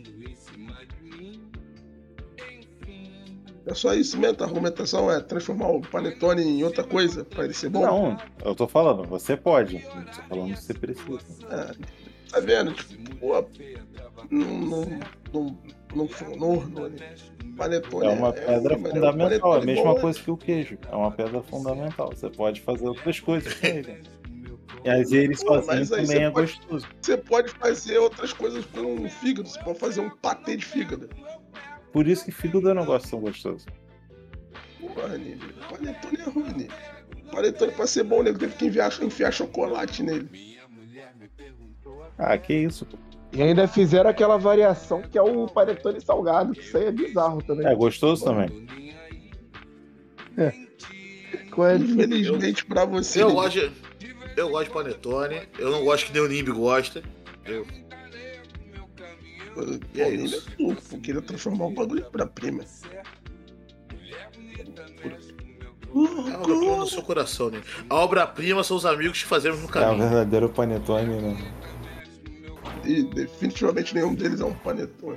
É só isso mesmo? A argumentação é transformar o panetone em outra coisa pra ele ser bom?
Não, eu tô falando, você pode. Não tô falando que você precisa.
Tá vendo? Tipo, pô, no forno, panetone
é uma pedra fundamental, é a mesma
bom,
coisa que o queijo. É uma pedra fundamental. Você pode fazer outras coisas com ele. E às vezes ele sozinho também é gostoso.
Você pode fazer outras coisas com fígado. Você pode fazer um patê de fígado.
Por isso que fígado é um negócio tão gostoso.
Porra, Nele. Panetone é ruim, Nele. Panetone pra ser bom, nego teve que enfiar chocolate nele.
Ah, que isso, pô.
E ainda fizeram aquela variação que é o panetone salgado, que isso aí é bizarro também.
É gostoso também.
Infelizmente pra você.
Eu gosto de panetone. Eu não gosto que nem o Nimbi gosta.
E é isso. Eu queria transformar o bagulho pra prima.
A obra-prima no seu coração, né? A obra-prima são os amigos que fazemos no caminho.
É o verdadeiro panetone, né?
E definitivamente nenhum deles é um panetone.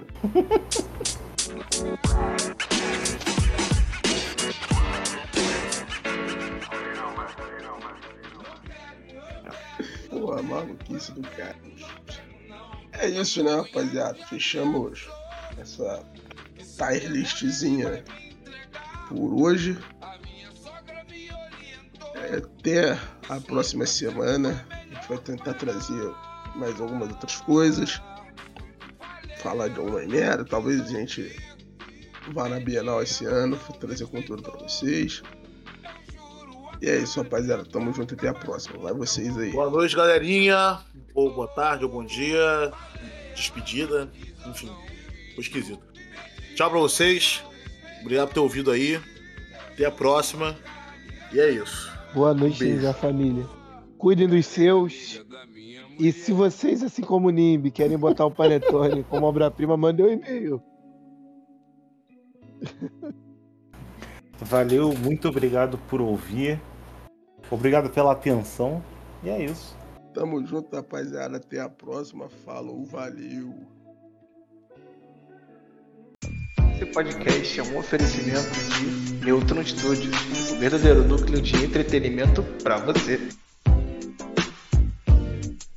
Porra, maluquice do cara. É isso, né, rapaziada? Fechamos essa tier listzinha por hoje. Até a próxima semana. A gente vai tentar trazer mais algumas outras coisas. Falar de alguma merda. Talvez a gente vá na Bienal esse ano. Trazer conteúdo pra vocês. E é isso, rapaziada. Tamo junto, até a próxima. Vai vocês aí.
Boa noite, galerinha. Ou boa tarde, ou bom dia. Despedida. Enfim, foi esquisito. Tchau pra vocês. Obrigado por ter ouvido aí. Até a próxima. E é isso.
Boa noite, minha família. Cuidem dos seus. E se vocês, assim como o Nimbi, querem botar o panetone como obra-prima, mandem um e-mail.
Valeu, muito obrigado por ouvir. Obrigado pela atenção. E é isso.
Tamo junto, rapaziada. Até a próxima. Falou, valeu.
Esse podcast é um oferecimento de Neutron Studios, o verdadeiro núcleo de entretenimento para você.